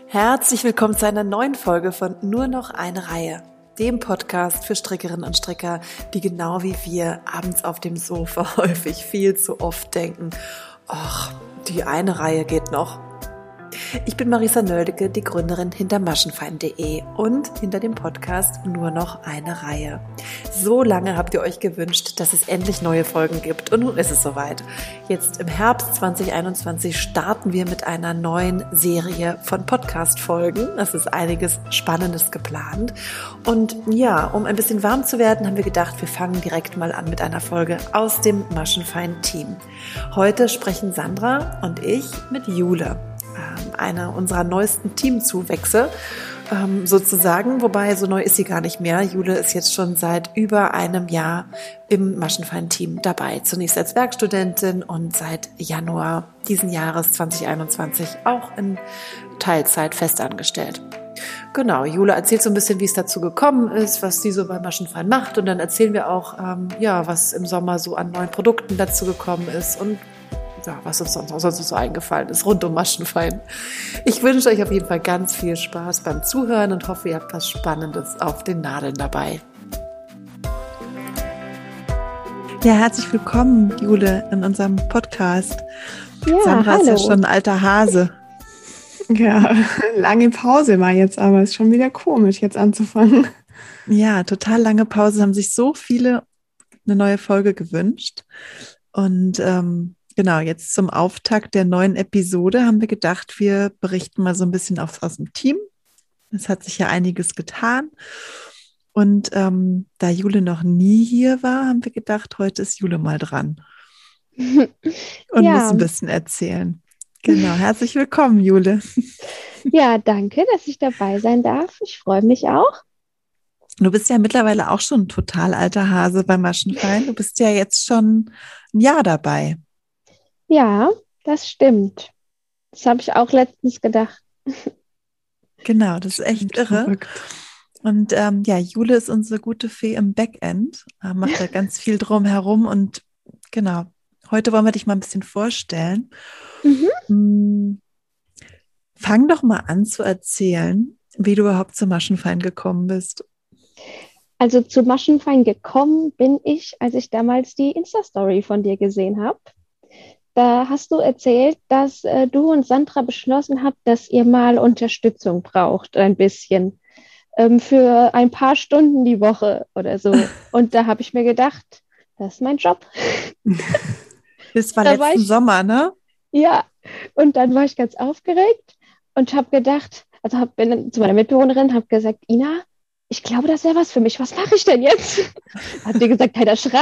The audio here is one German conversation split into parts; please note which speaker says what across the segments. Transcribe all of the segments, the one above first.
Speaker 1: Herzlich willkommen zu einer neuen Folge von Nur noch eine Reihe, dem Podcast für Strickerinnen und Stricker, die genau wie wir abends auf dem Sofa häufig viel zu oft denken, ach, die eine Reihe geht noch. Ich bin Marisa Nöldeke, die Gründerin hinter maschenfein.de und hinter dem Podcast Nur noch eine Reihe. So lange habt ihr euch gewünscht, dass es endlich neue Folgen gibt und nun ist es soweit. Jetzt im Herbst 2021 starten wir mit einer neuen Serie von Podcast-Folgen. Es ist einiges Spannendes geplant und ja, um ein bisschen warm zu werden, haben wir gedacht, wir fangen direkt mal an mit einer Folge aus dem Maschenfein-Team. Heute sprechen Sandra und ich mit Jule, eine unserer neuesten Teamzuwächse sozusagen, wobei so neu ist sie gar nicht mehr. Jule ist jetzt schon seit über einem Jahr im Maschenfein-Team dabei. Zunächst als Werkstudentin und seit Januar diesen Jahres 2021 auch in Teilzeit festangestellt. Genau, Jule erzählt so ein bisschen, wie es dazu gekommen ist, was sie so bei Maschenfein macht und dann erzählen wir auch, was im Sommer so an neuen Produkten dazu gekommen ist und ja, was uns sonst so eingefallen ist, rund um Maschenfein. Ich wünsche euch auf jeden Fall ganz viel Spaß beim Zuhören und hoffe, ihr habt was Spannendes auf den Nadeln dabei. Ja, herzlich willkommen, Jule, in unserem Podcast.
Speaker 2: Ja,
Speaker 1: Sandra
Speaker 2: hallo.
Speaker 1: ist ja schon ein alter Hase.
Speaker 2: Ja, lange Pause war jetzt, aber ist schon wieder komisch, jetzt anzufangen.
Speaker 1: Ja, total lange Pause, haben sich so viele eine neue Folge gewünscht. Und genau, jetzt zum Auftakt der neuen Episode haben wir gedacht, wir berichten mal so ein bisschen aus dem Team. Es hat sich ja einiges getan. Und da Jule noch nie hier war, haben wir gedacht, heute ist Jule mal dran und muss ein bisschen erzählen. Genau, herzlich willkommen, Jule.
Speaker 2: Ja, danke, dass ich dabei sein darf. Ich freue mich auch.
Speaker 1: Du bist ja mittlerweile auch schon ein total alter Hase bei Maschenfein. Du bist ja jetzt schon ein Jahr dabei.
Speaker 2: Ja, das stimmt. Das habe ich auch letztens gedacht.
Speaker 1: Genau, das ist echt irre.
Speaker 2: Verrückt.
Speaker 1: Und Jule ist unsere gute Fee im Backend, macht da ganz viel drum herum und genau, heute wollen wir dich mal ein bisschen vorstellen. Fang doch mal an zu erzählen, wie du überhaupt zu Maschenfein gekommen bist.
Speaker 2: Also zu Maschenfein gekommen bin ich, als ich damals die Insta-Story von dir gesehen habe. Da hast du erzählt, dass du und Sandra beschlossen habt, dass ihr mal Unterstützung braucht, ein bisschen. Für ein paar Stunden die Woche oder so. Und da habe ich mir gedacht, das ist mein Job.
Speaker 1: Das war
Speaker 2: Da
Speaker 1: letzten Sommer, ne?
Speaker 2: Ja, und dann war ich ganz aufgeregt und habe gedacht, bin dann zu meiner Mitbewohnerin, habe gesagt, Ina, ich glaube, das wäre was für mich. Was mache ich denn jetzt? Hat die gesagt, hey, da schreib.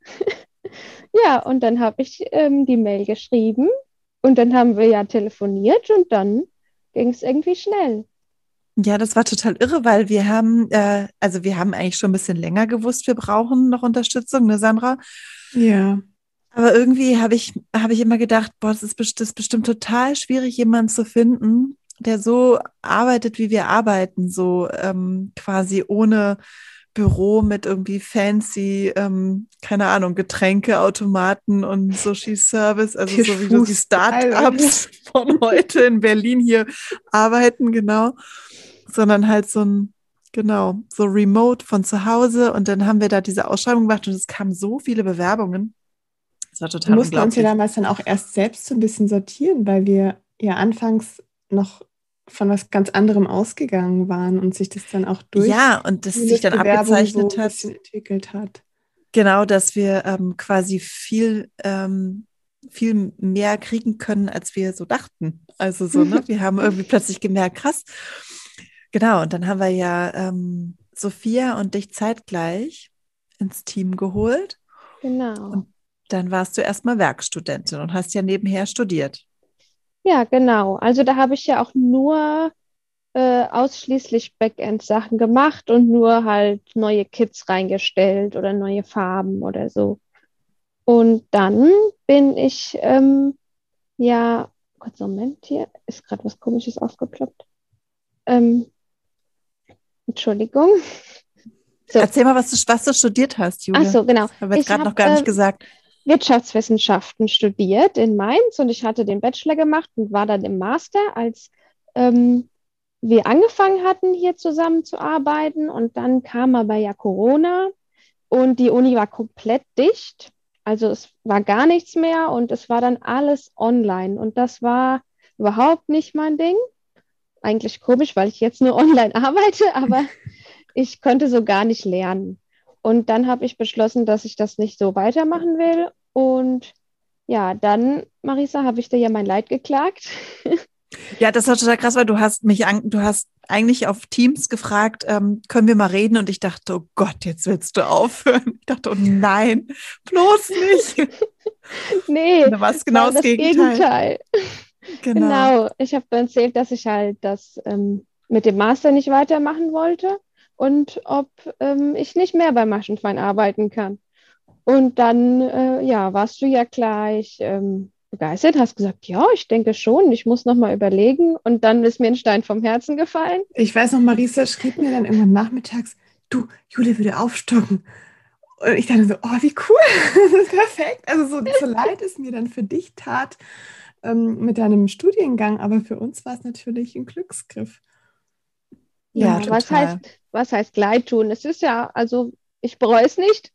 Speaker 2: Ja, und dann habe ich die Mail geschrieben und dann haben wir ja telefoniert und dann ging es irgendwie schnell.
Speaker 1: Ja, das war total irre, weil wir haben eigentlich schon ein bisschen länger gewusst, wir brauchen noch Unterstützung, ne, Sandra?
Speaker 2: Ja.
Speaker 1: Aber irgendwie habe ich immer gedacht, boah, das ist bestimmt total schwierig, jemanden zu finden, der so arbeitet, wie wir arbeiten, so quasi ohne Büro mit irgendwie fancy, keine Ahnung, Getränkeautomaten und Sushi-Service, also so wie du die Start-ups von heute in Berlin hier arbeiten, genau, sondern halt so remote von zu Hause und dann haben wir da diese Ausschreibung gemacht und es kamen so viele Bewerbungen. Das war total
Speaker 3: Wir mussten uns ja
Speaker 1: unglaublich.
Speaker 3: damals dann auch erst selbst so ein bisschen sortieren, weil wir ja anfangs noch von was ganz anderem ausgegangen waren und sich das dann auch durch
Speaker 1: Ja, und das sich dann
Speaker 3: Bewerbung
Speaker 1: abgezeichnet
Speaker 3: so ein
Speaker 1: hat,
Speaker 3: bisschen entwickelt hat.
Speaker 1: genau, dass wir quasi viel mehr kriegen können, als wir so dachten. Also so, ne? Wir haben irgendwie plötzlich gemerkt, krass. Genau, und dann haben wir ja Sophia und dich zeitgleich ins Team geholt.
Speaker 2: Genau.
Speaker 1: Und dann warst du erstmal Werkstudentin und hast ja nebenher studiert.
Speaker 2: Ja, genau. Also da habe ich ja auch nur ausschließlich Backend-Sachen gemacht und nur halt neue Kits reingestellt oder neue Farben oder so. Und dann bin ich, kurz Moment, hier ist gerade was Komisches aufgeploppt. Entschuldigung. So.
Speaker 1: Erzähl mal, was du studiert hast, Julia.
Speaker 2: Ach so, genau.
Speaker 1: Das haben wir jetzt gerade noch gar nicht gesagt.
Speaker 2: Wirtschaftswissenschaften studiert in Mainz und ich hatte den Bachelor gemacht und war dann im Master als wir angefangen hatten, hier zusammen zu arbeiten und dann kam aber ja Corona und die Uni war komplett dicht. Also es war gar nichts mehr und es war dann alles online und das war überhaupt nicht mein Ding. Eigentlich komisch, weil ich jetzt nur online arbeite, aber ich konnte so gar nicht lernen. Und dann habe ich beschlossen, dass ich das nicht so weitermachen will. Und ja, dann, Marisa, habe ich dir ja mein Leid geklagt.
Speaker 1: Ja, das war total krass, weil du hast eigentlich auf Teams gefragt, können wir mal reden? Und ich dachte, oh Gott, jetzt willst du aufhören. Ich dachte, oh nein, bloß nicht. Und
Speaker 2: Nee,
Speaker 1: da war es
Speaker 2: es
Speaker 1: genau
Speaker 2: war
Speaker 1: das
Speaker 2: das
Speaker 1: Gegenteil.
Speaker 2: Gegenteil.
Speaker 1: Genau.
Speaker 2: Genau, ich habe erzählt, dass ich halt das mit dem Master nicht weitermachen wollte und ob ich nicht mehr bei Maschenfein arbeiten kann. Und dann, ja, warst du ja gleich begeistert, hast gesagt, ja, ich denke schon, ich muss noch mal überlegen. Und dann ist mir ein Stein vom Herzen gefallen.
Speaker 3: Ich weiß noch, Marisa schrieb mir dann irgendwann nachmittags, du, Julia würde aufstocken. Und ich dachte so, oh, wie cool, das ist perfekt. Also so leid es mir dann für dich tat mit deinem Studiengang, aber für uns war es natürlich ein Glücksgriff.
Speaker 1: Ja,
Speaker 2: Ja,
Speaker 1: total.
Speaker 2: was heißt Leid tun? Es ist ja, also ich bereue es nicht.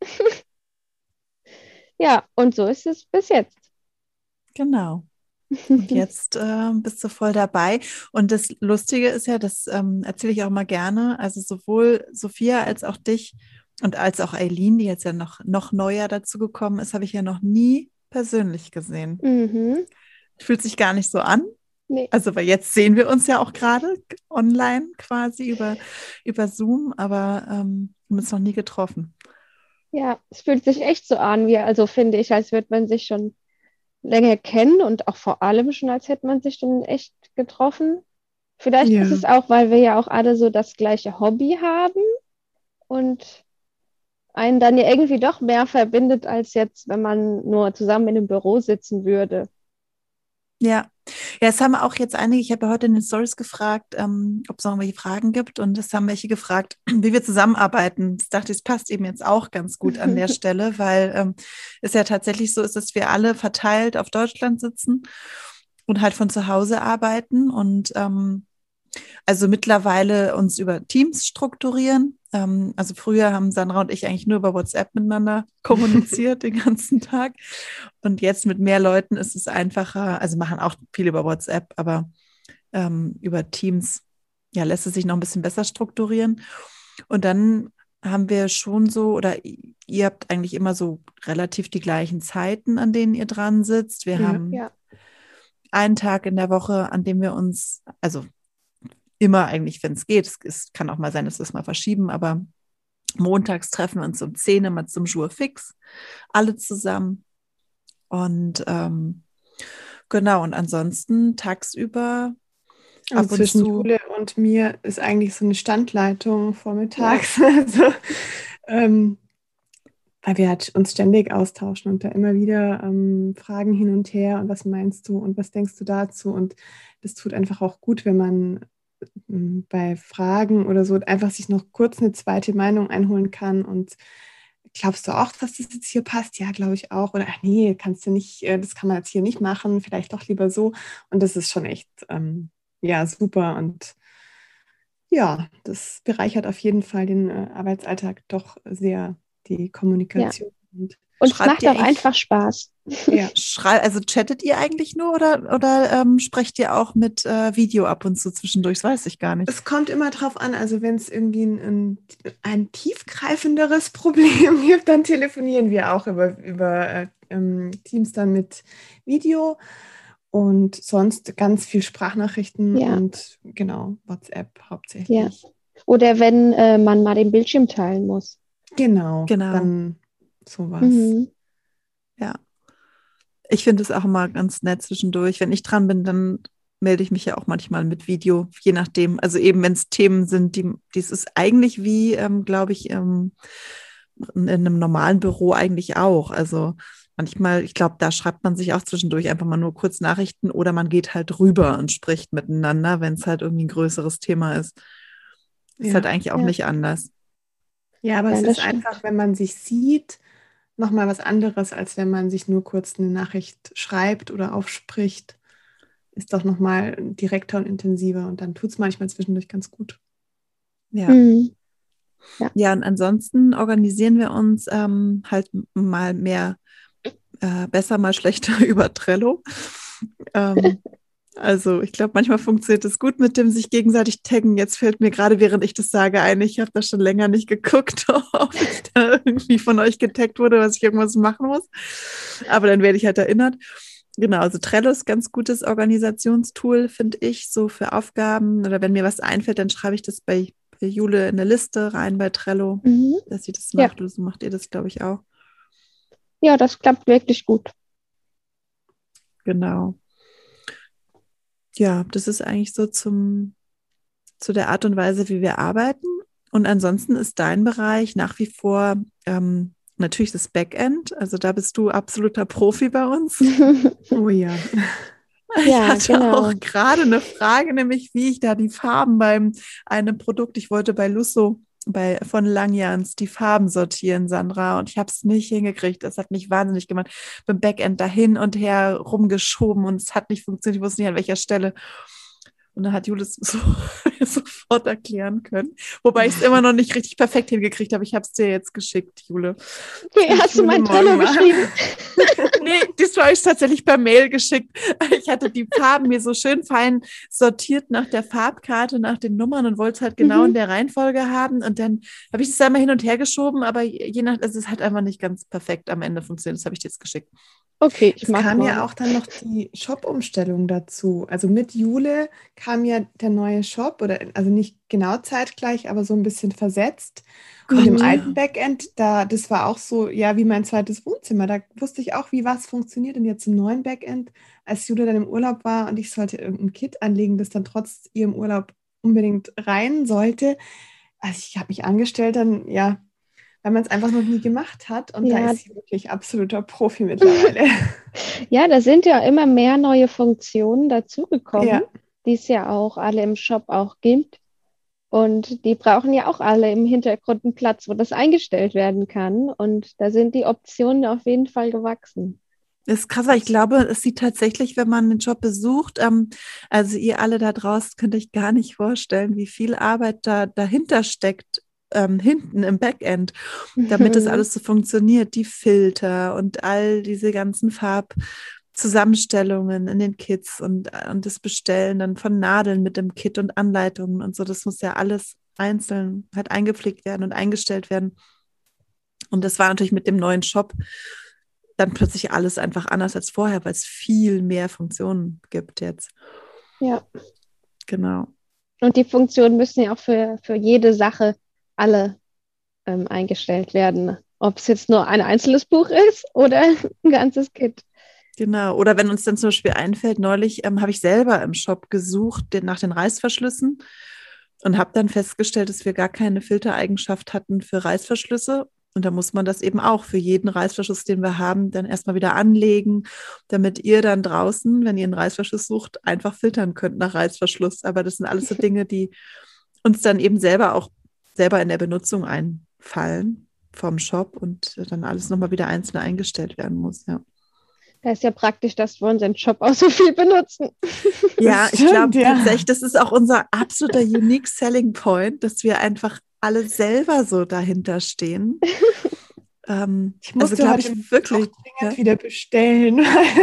Speaker 2: Ja, und so ist es bis jetzt.
Speaker 1: Genau. Und jetzt bist du voll dabei. Und das Lustige ist ja, das erzähle ich auch mal gerne, also sowohl Sophia als auch dich und als auch Eileen, die jetzt ja noch neuer dazu gekommen ist, habe ich ja noch nie persönlich gesehen.
Speaker 2: Mhm.
Speaker 1: Fühlt sich gar nicht so an.
Speaker 2: Nee.
Speaker 1: Also, weil jetzt sehen wir uns ja auch gerade online quasi über Zoom, aber wir haben uns noch nie getroffen.
Speaker 2: Ja, es fühlt sich echt so an, wie, also finde ich, als würde man sich schon länger kennen und auch vor allem schon, als hätte man sich dann echt getroffen. Vielleicht ist
Speaker 3: Ja.
Speaker 2: es auch, weil wir ja auch alle so das gleiche Hobby haben und einen dann ja irgendwie doch mehr verbindet, als jetzt, wenn man nur zusammen in einem Büro sitzen würde.
Speaker 1: Ja. Ja, es haben auch jetzt einige, ich habe ja heute in den Stories gefragt, ob es noch irgendwelche Fragen gibt und es haben welche gefragt, wie wir zusammenarbeiten. Ich dachte, es passt eben jetzt auch ganz gut an der Stelle, weil es ja tatsächlich so ist, dass wir alle verteilt auf Deutschland sitzen und halt von zu Hause arbeiten und also mittlerweile uns über Teams strukturieren. Also früher haben Sandra und ich eigentlich nur über WhatsApp miteinander kommuniziert den ganzen Tag. Und jetzt mit mehr Leuten ist es einfacher. Also machen auch viel über WhatsApp, aber über Teams ja, lässt es sich noch ein bisschen besser strukturieren. Und dann haben wir schon so, oder ihr habt eigentlich immer so relativ die gleichen Zeiten, an denen ihr dran sitzt. Wir
Speaker 3: Ja.
Speaker 1: haben
Speaker 2: Ja,
Speaker 1: einen Tag in der Woche, an dem wir uns, also immer eigentlich, wenn es geht. Es kann auch mal sein, dass wir es mal verschieben, aber montags treffen wir uns um 10 immer zum Jour fix, alle zusammen. Und genau, und ansonsten tagsüber
Speaker 3: Also
Speaker 1: ab und
Speaker 3: zwischen
Speaker 1: zu,
Speaker 3: Jule und mir ist eigentlich so eine Standleitung
Speaker 2: ja,
Speaker 3: vormittags. Also, ähm, weil wir halt uns ständig austauschen und da immer wieder Fragen hin und her und was meinst du und was denkst du dazu? Und das tut einfach auch gut, wenn man bei Fragen oder so einfach sich noch kurz eine zweite Meinung einholen kann und glaubst du auch, dass das jetzt hier passt? Ja, glaube ich auch. Oder ach nee, kannst du nicht, das kann man jetzt hier nicht machen, vielleicht doch lieber so. Und das ist schon echt ja super und ja, das bereichert auf jeden Fall den Arbeitsalltag doch sehr, die
Speaker 2: ja.
Speaker 3: Kommunikation. Und
Speaker 2: Und es
Speaker 1: schreibt
Speaker 2: macht
Speaker 1: ihr
Speaker 2: auch
Speaker 1: eigentlich,
Speaker 2: einfach Spaß.
Speaker 3: ja,
Speaker 1: also chattet ihr eigentlich nur oder sprecht ihr auch mit Video ab und zu zwischendurch? Das weiß ich gar nicht.
Speaker 3: es kommt immer drauf an, also wenn es irgendwie ein tiefgreifenderes Problem gibt, dann telefonieren wir auch über Teams dann mit Video und sonst ganz viel Sprachnachrichten
Speaker 2: Ja,
Speaker 3: und genau, WhatsApp
Speaker 2: ja.
Speaker 3: hauptsächlich.
Speaker 2: Oder wenn man mal den Bildschirm teilen muss.
Speaker 3: Genau,
Speaker 1: Genau,
Speaker 3: dann sowas.
Speaker 2: Mhm.
Speaker 1: ja. Ich finde es auch immer ganz nett zwischendurch. Wenn ich dran bin, dann melde ich mich ja auch manchmal mit Video, je nachdem. Also eben, wenn es Themen sind, dies ist eigentlich wie, glaube ich, in einem normalen Büro eigentlich auch. Also manchmal, ich glaube, da schreibt man sich auch zwischendurch einfach mal nur kurz Nachrichten oder man geht halt rüber und spricht miteinander, wenn es halt irgendwie ein größeres Thema ist. Ist halt
Speaker 3: Ja.
Speaker 1: eigentlich auch
Speaker 2: Ja,
Speaker 1: nicht anders.
Speaker 3: Ja, aber
Speaker 2: ja,
Speaker 3: es
Speaker 2: das
Speaker 3: ist einfach,
Speaker 2: stimmt.
Speaker 3: wenn man sich sieht, nochmal was anderes, als wenn man sich nur kurz eine Nachricht schreibt oder aufspricht. ist doch nochmal direkter und intensiver und dann tut es manchmal zwischendurch ganz gut.
Speaker 1: Ja.
Speaker 2: Mhm. Ja.
Speaker 1: Ja, und ansonsten organisieren wir uns halt mal mehr, besser, mal schlechter über Trello. Also ich glaube, manchmal funktioniert es gut mit dem sich gegenseitig taggen. Jetzt fällt mir gerade, während ich das sage, ein, ich habe da schon länger nicht geguckt, ob ich da irgendwie von euch getaggt wurde, was ich irgendwas machen muss. Aber dann werde ich halt erinnert. Genau, also Trello ist ein ganz gutes Organisationstool, finde ich, so für Aufgaben. Oder wenn mir was einfällt, dann schreibe ich das bei Jule in eine Liste rein bei Trello,
Speaker 2: Mhm.
Speaker 1: dass sie das
Speaker 2: Ja.
Speaker 1: macht. Oder so macht ihr das, glaube ich, auch.
Speaker 2: Ja, das klappt wirklich gut.
Speaker 1: Genau. Ja, das ist eigentlich so zu der Art und Weise, wie wir arbeiten. Und ansonsten ist dein Bereich nach wie vor natürlich das Backend. Also da bist du absoluter Profi bei uns.
Speaker 3: Oh ja.
Speaker 1: Ich
Speaker 2: Ja,
Speaker 1: hatte
Speaker 2: genau.
Speaker 1: auch gerade eine Frage, nämlich wie ich da die Farben beim einem Produkt, ich wollte bei Lusso von Langjans die Farben sortieren, Sandra, und ich habe es nicht hingekriegt. Das hat mich wahnsinnig gemacht. Beim Backend da hin und her rumgeschoben und es hat nicht funktioniert. Ich wusste nicht, an welcher Stelle. Und dann hat Julis so sofort erklären können. Wobei ich es immer noch nicht richtig perfekt hingekriegt habe. Ich habe es dir jetzt geschickt, Jule.
Speaker 2: Okay, hast du mein Trello geschrieben?
Speaker 1: Nee, das habe ich tatsächlich per Mail geschickt. Ich hatte die Farben mir so schön fein sortiert nach der Farbkarte, nach den Nummern und wollte es halt genau in der Reihenfolge haben. Und dann habe ich es einmal hin und her geschoben, aber also es hat einfach nicht ganz perfekt am Ende funktioniert. Das habe ich dir jetzt geschickt.
Speaker 2: Okay, ich
Speaker 3: Es
Speaker 2: mach
Speaker 3: kam
Speaker 2: mal.
Speaker 3: ja auch dann noch die Shop-Umstellung dazu. Also mit Jule kam ja der neue Shop, also nicht genau zeitgleich, aber so ein bisschen versetzt. Und im alten Backend, das war auch so, ja, wie mein zweites Wohnzimmer. Da wusste ich auch, wie was funktioniert. Und jetzt im neuen Backend, als Jule dann im Urlaub war und ich sollte irgendein Kit anlegen, das dann trotz ihrem Urlaub unbedingt rein sollte. Also ich habe mich angestellt, dann, ja, weil man es einfach noch nie gemacht hat. Und da
Speaker 2: Ja.
Speaker 3: ist sie wirklich absoluter Profi mittlerweile.
Speaker 2: Ja, da sind ja immer mehr neue Funktionen dazugekommen,
Speaker 3: Ja.
Speaker 2: die es ja auch alle im Shop auch gibt. Und die brauchen ja auch alle im Hintergrund einen Platz, wo das eingestellt werden kann. Und da sind die Optionen auf jeden Fall gewachsen.
Speaker 1: Das ist krass, weil ich glaube, es sieht tatsächlich, wenn man den Job besucht, also ihr alle da draußen könnt euch gar nicht vorstellen, wie viel Arbeit da dahinter steckt, hinten im Backend, damit das alles so funktioniert, die Filter und all diese ganzen Farbzusammenstellungen in den Kits und das Bestellen dann von Nadeln mit dem Kit und Anleitungen und so, das muss ja alles einzeln halt eingepflegt werden und eingestellt werden. Und das war natürlich mit dem neuen Shop dann plötzlich alles einfach anders als vorher, weil es viel mehr Funktionen gibt jetzt.
Speaker 2: Ja.
Speaker 1: Genau.
Speaker 2: Und die Funktionen müssen ja auch für jede Sache alle eingestellt werden. Ob es jetzt nur ein einzelnes Buch ist oder ein ganzes Kit.
Speaker 1: Genau. Oder wenn uns dann zum Beispiel einfällt, neulich habe ich selber im Shop gesucht nach den Reißverschlüssen und habe dann festgestellt, dass wir gar keine Filtereigenschaft hatten für Reißverschlüsse. Und da muss man das eben auch für jeden Reißverschluss, den wir haben, dann erstmal wieder anlegen, damit ihr dann draußen, wenn ihr einen Reißverschluss sucht, einfach filtern könnt nach Reißverschluss. Aber das sind alles so Dinge, die uns dann eben selber in der Benutzung einfallen vom Shop und dann alles nochmal wieder einzeln eingestellt werden muss, ja.
Speaker 2: Da ist ja praktisch, dass wir unseren Shop auch so viel benutzen.
Speaker 1: Ja,
Speaker 3: Das
Speaker 1: ich glaube
Speaker 3: stimmt, ja.
Speaker 1: tatsächlich, das ist auch unser absoluter Unique Selling Point, dass wir einfach alle selber so dahinter stehen.
Speaker 3: Ich musste heute
Speaker 1: wirklich
Speaker 3: dringend wieder bestellen.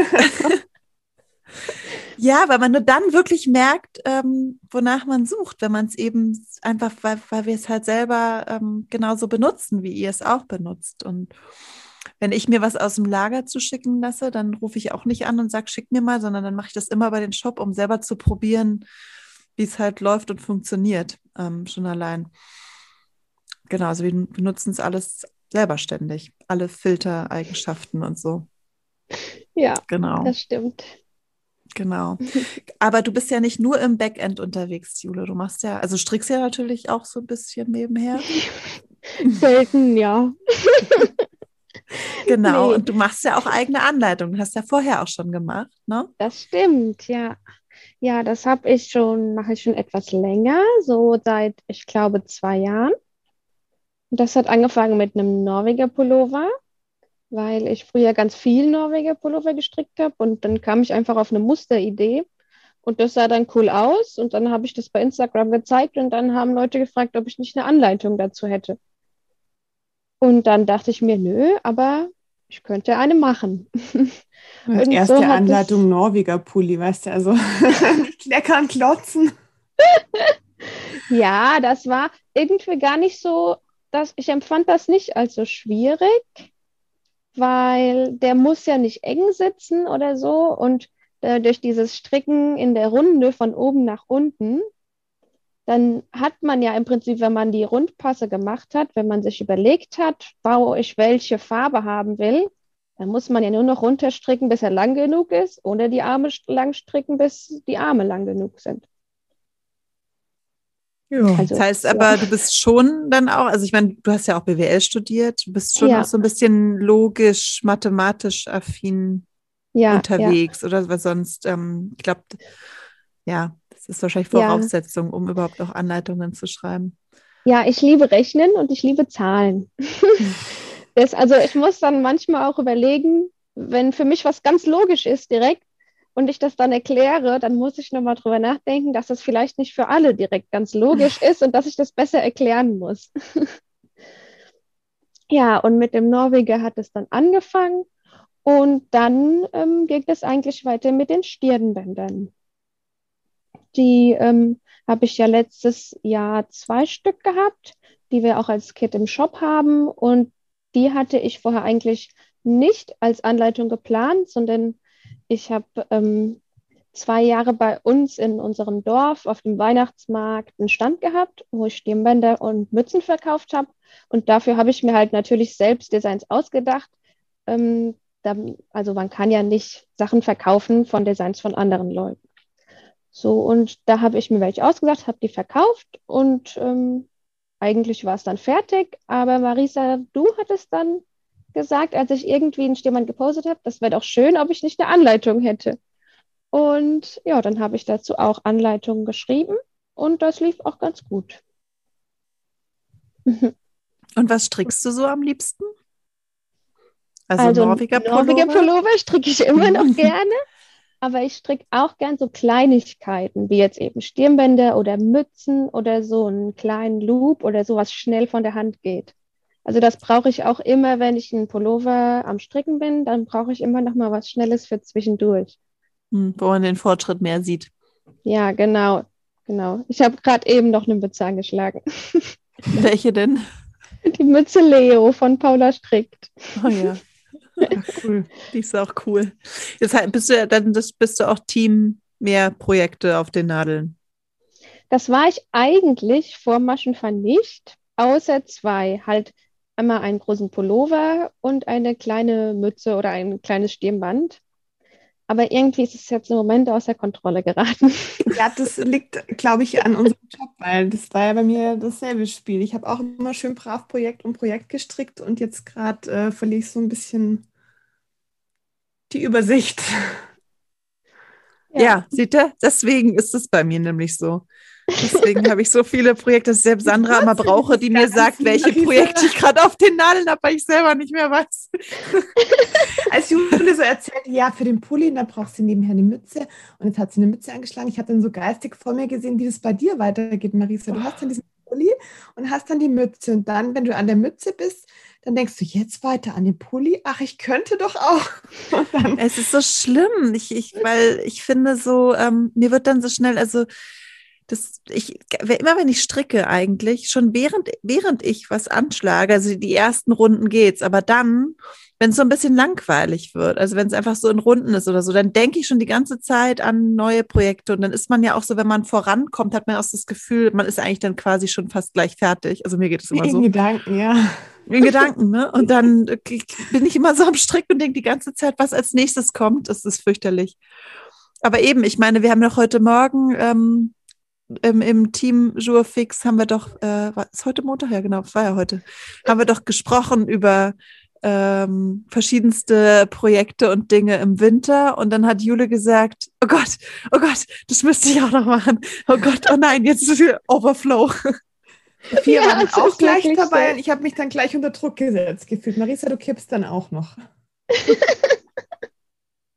Speaker 1: Ja, weil man nur dann wirklich merkt, wonach man sucht, wenn man es eben einfach, weil wir es halt selber genauso benutzen, wie ihr es auch benutzt. Und wenn ich mir was aus dem Lager zuschicken lasse, dann rufe ich auch nicht an und sage, schick mir mal, sondern dann mache ich das immer bei den Shop, um selber zu probieren, wie es halt läuft und funktioniert, schon allein. Genau, also wir benutzen es alles selber ständig, alle Filtereigenschaften und so.
Speaker 2: Ja,
Speaker 1: genau.
Speaker 2: Das stimmt.
Speaker 1: Genau. Aber du bist ja nicht nur im Backend unterwegs, Jule. Du machst ja, also strickst ja natürlich auch so ein bisschen nebenher.
Speaker 2: Selten, ja.
Speaker 1: Genau.
Speaker 2: Nee.
Speaker 1: Und du machst ja auch eigene Anleitungen. Hast ja vorher auch schon gemacht, ne?
Speaker 2: Das stimmt, ja. Ja, das mache ich schon etwas länger, so seit, ich glaube, 2 Jahren. Und das hat angefangen mit einem Norweger Pullover, weil ich früher ganz viel Norweger Pullover gestrickt habe und dann kam ich einfach auf eine Musteridee Und das sah dann cool aus. Und dann habe ich das bei Instagram gezeigt und dann haben Leute gefragt, ob ich nicht eine Anleitung dazu hätte. Und dann dachte ich mir, nö, aber ich könnte eine machen.
Speaker 3: Und
Speaker 2: Und so
Speaker 3: erste
Speaker 2: hat
Speaker 3: Anleitung
Speaker 2: es,
Speaker 3: Norweger Pulli, weißt du, also nicht kleckern, klotzen.
Speaker 2: ja, das war irgendwie gar nicht so, ich empfand das nicht als so schwierig, weil der muss ja nicht eng sitzen oder so. Und durch dieses Stricken in der Runde von oben nach unten, dann hat man ja im Prinzip, wenn man die Rundpasse gemacht hat, wenn man sich überlegt hat, wo ich welche Farbe haben will, dann muss man ja nur noch runterstricken, bis er lang genug ist, oder die Arme lang stricken, bis die Arme lang genug sind.
Speaker 3: Ja.
Speaker 1: Das
Speaker 2: Also,
Speaker 1: heißt
Speaker 2: ja,
Speaker 1: aber, du bist schon dann auch, also ich meine, du hast ja auch BWL studiert, du bist schon auch
Speaker 2: ja,
Speaker 1: so ein bisschen logisch, mathematisch affin
Speaker 2: ja, ja,
Speaker 1: unterwegs, oder? Weil sonst, ich glaube, ja, das ist wahrscheinlich
Speaker 2: ja.
Speaker 1: Voraussetzung, um überhaupt auch Anleitungen zu schreiben.
Speaker 2: Ja, ich liebe Rechnen und ich liebe Zahlen. Also ich muss dann manchmal auch überlegen, wenn für mich was ganz logisch ist direkt und ich das dann erkläre, dann muss ich nochmal drüber nachdenken, dass das vielleicht nicht für alle direkt ganz logisch ist und dass ich das besser erklären muss. Ja, und mit dem Norweger hat es dann angefangen und dann ging es eigentlich weiter mit den Stirnbändern. Die habe ich ja letztes Jahr 2 Stück gehabt, die wir auch als Kit im Shop haben. Und die hatte ich vorher eigentlich nicht als Anleitung geplant, sondern ich habe 2 Jahre bei uns in unserem Dorf auf dem Weihnachtsmarkt einen Stand gehabt, wo ich Stirnbänder und Mützen verkauft habe. Und dafür habe ich mir halt natürlich selbst Designs ausgedacht. Also man kann ja nicht Sachen verkaufen von Designs von anderen Leuten. So, und da habe ich mir welche ausgesucht, habe die verkauft und eigentlich war es dann fertig. Aber Marisa, du hattest dann gesagt, als ich irgendwie einen Stirnband gepostet habe, das wäre doch schön, ob ich nicht eine Anleitung hätte. Und ja, dann habe ich dazu auch Anleitungen geschrieben und das lief auch ganz gut.
Speaker 1: Und was strickst du so am liebsten? Also
Speaker 2: Also
Speaker 1: Norweger
Speaker 2: Norweger
Speaker 1: Pullover?
Speaker 2: Pullover stricke ich immer noch gerne. Aber ich stricke auch gern so Kleinigkeiten, wie jetzt eben Stirnbänder oder Mützen oder so einen kleinen Loop oder so, was schnell von der Hand geht. Also das brauche ich auch immer, wenn ich einen Pullover am Stricken bin, dann brauche ich immer noch mal was Schnelles für zwischendurch.
Speaker 1: Wo man den Fortschritt mehr sieht.
Speaker 2: Ja, genau, genau. Ich habe gerade eben noch eine Mütze angeschlagen.
Speaker 1: Welche denn?
Speaker 2: Die Mütze Leo von Paula Strickt.
Speaker 1: Oh ja. Ach, cool. Die ist auch cool. Das heißt, bist du auch Team mehr Projekte auf den Nadeln.
Speaker 2: Das war ich eigentlich vor Maschenfall nicht, außer 2. Halt einmal einen großen Pullover und eine kleine Mütze oder ein kleines Stirnband. Aber irgendwie ist es jetzt im Moment außer Kontrolle geraten.
Speaker 3: Ja, das liegt, glaube ich, an unserem Job, weil das war ja bei mir dasselbe Spiel. Ich habe auch immer schön brav Projekt um Projekt gestrickt und jetzt gerade verliere ich so ein bisschen die Übersicht.
Speaker 1: Ja, sieht ihr? Deswegen ist es bei mir nämlich so. Deswegen habe ich so viele Projekte, dass ich selbst Sandra immer brauche, die mir sagt, welche Projekte ich gerade auf den Nadeln habe, weil ich selber nicht mehr weiß.
Speaker 3: Als Jule so erzählt, ja, für den Pulli, da braucht sie nebenher eine Mütze. Und jetzt hat sie eine Mütze angeschlagen. Ich habe dann so geistig vor mir gesehen, wie das bei dir weitergeht, Marisa. Du hast dann diesen Pulli und hast dann die Mütze. Und dann, wenn du an der Mütze bist, dann denkst du jetzt weiter an den Pulli. Ach, ich könnte doch auch. Und dann,
Speaker 1: Es ist so schlimm, weil ich finde so, mir wird dann so schnell, also immer wenn ich stricke eigentlich, schon während ich was anschlage, also die ersten Runden geht's, aber dann, wenn es so ein bisschen langweilig wird, also wenn es einfach so in Runden ist oder so, dann denke ich schon die ganze Zeit an neue Projekte und dann ist man ja auch so, wenn man vorankommt, hat man auch so das Gefühl, man ist eigentlich dann quasi schon fast gleich fertig. Also mir geht es immer
Speaker 3: in
Speaker 1: so.
Speaker 3: Gedanken, ja.
Speaker 1: In Gedanken, ne? Und dann bin ich immer so am Stricken und denke die ganze Zeit, was als nächstes kommt. Das ist fürchterlich. Aber eben, ich meine, wir haben doch heute Morgen im Team Jourfix haben wir doch, ist heute Montag? Ja, genau, es war ja heute, haben wir doch gesprochen über verschiedenste Projekte und Dinge im Winter. Und dann hat Jule gesagt, oh Gott, das müsste ich auch noch machen. Oh Gott, oh nein, jetzt ist es Overflow.
Speaker 3: Wir
Speaker 2: Ja,
Speaker 3: waren
Speaker 2: es
Speaker 3: auch
Speaker 2: ist
Speaker 3: gleich
Speaker 2: wirklich
Speaker 3: dabei
Speaker 2: so.
Speaker 3: und ich habe mich dann gleich unter Druck gesetzt gefühlt. Marisa, du kippst dann auch noch.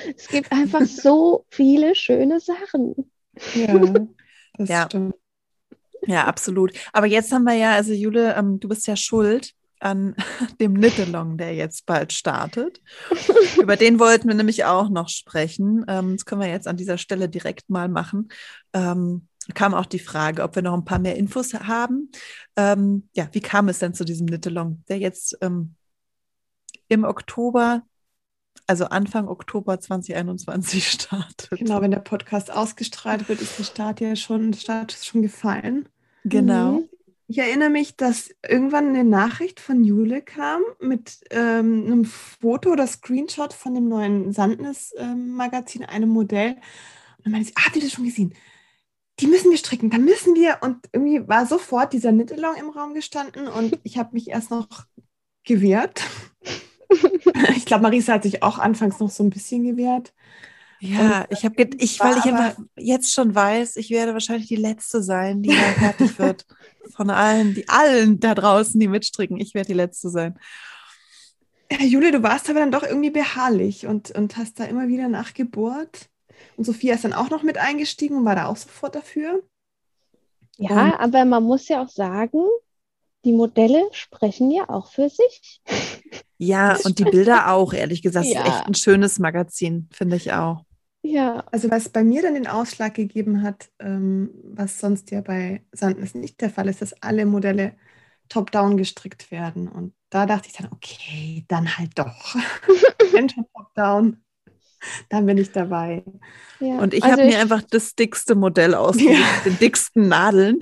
Speaker 2: Es gibt einfach so viele schöne Sachen.
Speaker 3: Ja, das
Speaker 1: Ja.
Speaker 3: stimmt.
Speaker 1: Ja, absolut. Aber jetzt haben wir ja, also Jule, du bist ja schuld an dem Knit-Along, der jetzt bald startet. Über den wollten wir nämlich auch noch sprechen. Das können wir jetzt an dieser Stelle direkt mal machen. Kam auch die Frage, ob wir noch ein paar mehr Infos haben. Ja, wie kam es denn zu diesem Knit-Along, der jetzt im Oktober, also Anfang Oktober 2021 startet?
Speaker 3: Genau, wenn der Podcast ausgestrahlt wird, ist der Start ist schon gefallen.
Speaker 1: Genau.
Speaker 2: Mhm.
Speaker 3: Ich erinnere mich, dass irgendwann eine Nachricht von Jule kam mit einem Foto oder Screenshot von dem neuen Sandnes-Magazin, einem Modell. Und dann meinte sie, habt ihr das schon gesehen? Die müssen wir stricken, da müssen wir. Und irgendwie war sofort dieser Knit-Along im Raum gestanden und ich habe mich erst noch gewehrt. Ich glaube, Marisa hat sich auch anfangs noch so ein bisschen gewehrt.
Speaker 1: Ja,
Speaker 3: Und
Speaker 1: weil ich einfach jetzt schon weiß, ich werde wahrscheinlich die Letzte sein, die da fertig wird. Von allen da draußen, die mitstricken. Ich werde die Letzte sein.
Speaker 3: Ja, Jule, du warst aber dann doch irgendwie beharrlich und hast da immer wieder nachgebohrt. Und Sophia ist dann auch noch mit eingestiegen und war da auch sofort dafür.
Speaker 2: Ja, aber man muss ja auch sagen, die Modelle sprechen ja auch für sich.
Speaker 1: Ja, und die Bilder auch, ehrlich gesagt. Es ist
Speaker 2: Ja.
Speaker 1: echt ein schönes Magazin, finde ich auch.
Speaker 2: Ja,
Speaker 3: Also was bei mir dann den Ausschlag gegeben hat, was sonst ja bei Sandnes nicht der Fall ist, dass alle Modelle top-down gestrickt werden. Und da dachte ich dann, okay, dann halt doch. Wenn schon top-down, dann bin ich dabei.
Speaker 2: ja.
Speaker 1: Und ich
Speaker 2: Also
Speaker 1: habe mir einfach das dickste Modell ausgesucht, mit den dicksten Nadeln.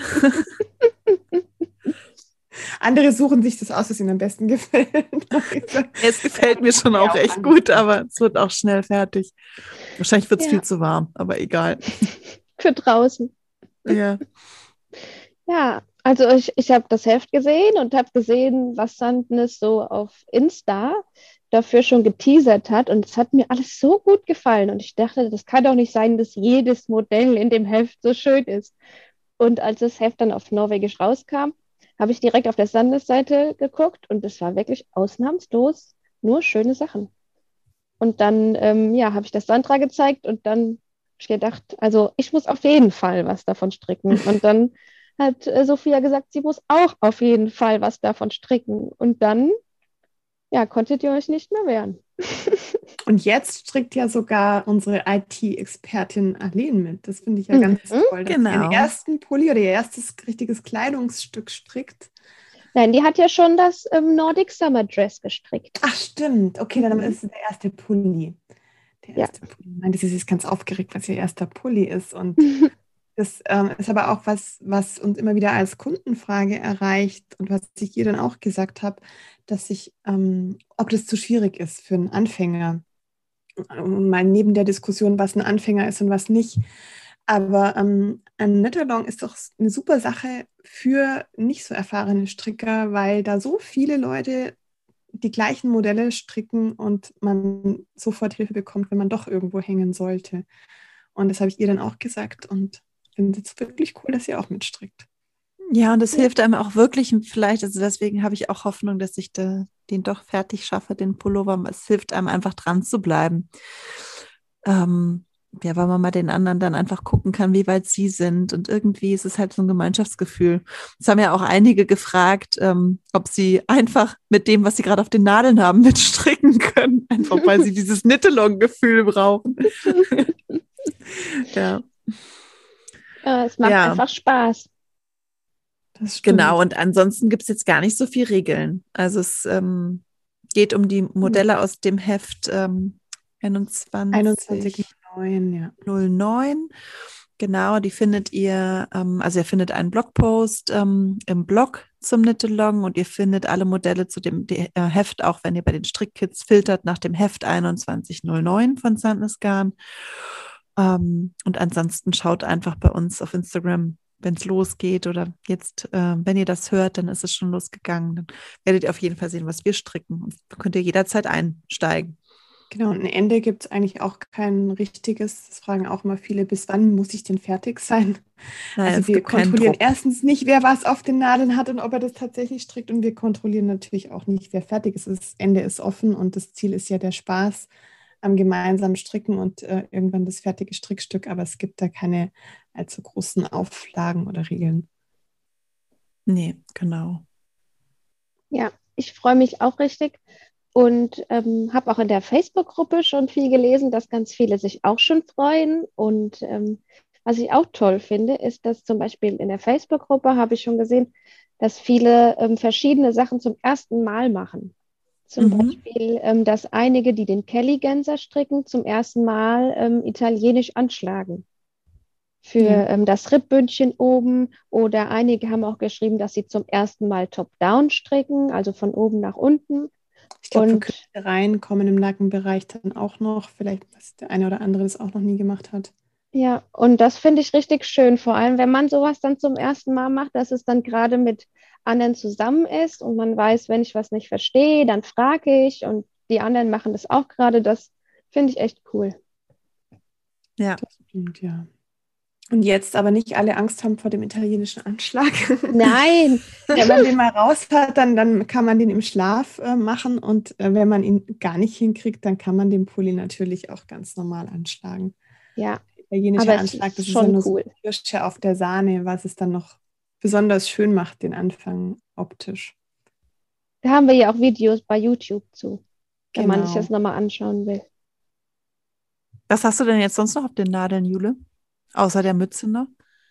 Speaker 3: Andere suchen sich das aus, was ihnen am besten gefällt.
Speaker 1: Es gefällt mir schon auch echt gut, aber es wird auch schnell fertig. Wahrscheinlich wird es
Speaker 2: Ja.
Speaker 1: viel zu warm, aber egal.
Speaker 2: für draußen.
Speaker 1: Ja.
Speaker 2: Ja, also ich habe das Heft gesehen und habe gesehen, was Sandnes so auf Insta dafür schon geteasert hat. Und es hat mir alles so gut gefallen. Und ich dachte, das kann doch nicht sein, dass jedes Modell in dem Heft so schön ist. Und als das Heft dann auf Norwegisch rauskam, habe ich direkt auf der Sandnes-Seite geguckt und es war wirklich ausnahmslos nur schöne Sachen. Und dann habe ich das Sandra gezeigt und dann habe ich gedacht, also ich muss auf jeden Fall was davon stricken. Und dann hat Sophia gesagt, sie muss auch auf jeden Fall was davon stricken. Und dann, ja, konntet ihr euch nicht mehr wehren.
Speaker 3: Und jetzt strickt ja sogar unsere IT-Expertin Arlene mit. Das finde ich ja ganz toll, dass sie
Speaker 1: genau.
Speaker 3: ihren ersten Pulli oder ihr erstes richtiges Kleidungsstück strickt.
Speaker 2: Nein, die hat ja schon das Nordic Summer Dress gestrickt.
Speaker 3: Ach, stimmt. Okay, dann ist es der erste Pulli. Der
Speaker 2: Ja.
Speaker 3: erste Pulli. Ich meine, sie ist ganz aufgeregt, was ihr erster Pulli ist. Und das ist aber auch was uns immer wieder als Kundenfrage erreicht und was ich ihr dann auch gesagt habe, dass ob das zu schwierig ist für einen Anfänger. Mal neben der Diskussion, was ein Anfänger ist und was nicht. Aber ein Knit-Along ist doch eine super Sache für nicht so erfahrene Stricker, weil da so viele Leute die gleichen Modelle stricken und man sofort Hilfe bekommt, wenn man doch irgendwo hängen sollte. Und das habe ich ihr dann auch gesagt und finde es wirklich cool, dass sie auch mitstrickt.
Speaker 1: Ja, und es hilft einem auch wirklich, vielleicht, also deswegen habe ich auch Hoffnung, dass ich den doch fertig schaffe, den Pullover. Es hilft einem einfach dran zu bleiben. Ja, weil man mal den anderen dann einfach gucken kann, wie weit sie sind. Und irgendwie ist es halt so ein Gemeinschaftsgefühl. Es haben ja auch einige gefragt, ob sie einfach mit dem, was sie gerade auf den Nadeln haben, mitstricken können. Einfach weil sie dieses Knit-Along-Gefühl brauchen. Ja.
Speaker 2: Es macht einfach Spaß.
Speaker 3: Das stimmt.
Speaker 1: Genau, und ansonsten gibt es jetzt gar nicht so viel Regeln. Also es geht um die Modelle aus dem Heft
Speaker 3: 2109, ja.
Speaker 1: 09. Genau, die findet ihr, also ihr findet einen Blogpost im Blog zum Knit-Along und ihr findet alle Modelle zu dem Heft, auch wenn ihr bei den Strickkits filtert, nach dem Heft 2109 von Sandnes Garn. Und ansonsten schaut einfach bei uns auf Instagram, wenn es losgeht oder jetzt, wenn ihr das hört, dann ist es schon losgegangen. Dann werdet ihr auf jeden Fall sehen, was wir stricken und könnt ihr jederzeit einsteigen.
Speaker 3: Genau, und ein Ende gibt es eigentlich auch kein richtiges. Das fragen auch immer viele, bis wann muss ich denn fertig sein?
Speaker 1: Nein,
Speaker 3: also wir kontrollieren erstens nicht, wer was auf den Nadeln hat und ob er das tatsächlich strickt. Und wir kontrollieren natürlich auch nicht, wer fertig ist. Das Ende ist offen und das Ziel ist ja der Spaß am gemeinsamen Stricken und irgendwann das fertige Strickstück, aber es gibt da keine allzu großen Auflagen oder Regeln.
Speaker 1: Nee, genau.
Speaker 2: Ja, ich freue mich auch richtig und habe auch in der Facebook-Gruppe schon viel gelesen, dass ganz viele sich auch schon freuen. Und was ich auch toll finde, ist, dass zum Beispiel in der Facebook-Gruppe habe ich schon gesehen, dass viele verschiedene Sachen zum ersten Mal machen. Zum
Speaker 1: Mhm.
Speaker 2: Beispiel, dass einige, die den Kelly-Genser stricken, zum ersten Mal italienisch anschlagen für
Speaker 3: Ja.
Speaker 2: das Ribbündchen oben. Oder einige haben auch geschrieben, dass sie zum ersten Mal Top-Down stricken, also von oben nach unten.
Speaker 3: Ich glaube,
Speaker 2: Und
Speaker 3: verkürzte Reihen kommen im Nackenbereich dann auch noch. Vielleicht, was der eine oder andere das auch noch nie gemacht hat.
Speaker 2: ja, und das finde ich richtig schön, vor allem wenn man sowas dann zum ersten Mal macht, dass es dann gerade mit anderen zusammen ist und man weiß, wenn ich was nicht verstehe, dann frage ich und die anderen machen das auch gerade. Das finde ich echt cool.
Speaker 1: Ja.
Speaker 3: Das stimmt, ja. Und jetzt aber nicht alle Angst haben vor dem italienischen Anschlag.
Speaker 2: Nein,
Speaker 3: Wenn man den mal raus hat, dann kann man den im Schlaf machen. Und wenn man ihn gar nicht hinkriegt, dann kann man den Pulli natürlich auch ganz normal anschlagen.
Speaker 2: ja,
Speaker 3: Der italienische
Speaker 2: aber es
Speaker 3: Anschlag,
Speaker 2: ist
Speaker 3: das ist ja
Speaker 2: schon
Speaker 3: nur so
Speaker 2: cool.
Speaker 3: die Kirsche auf der Sahne, was es dann noch besonders schön macht, den Anfang optisch.
Speaker 2: Da haben wir ja auch Videos bei YouTube zu, wenn man sich
Speaker 3: Genau.
Speaker 2: das nochmal anschauen will.
Speaker 1: Was hast du denn jetzt sonst noch auf den Nadeln, Jule? Außer der Mütze noch?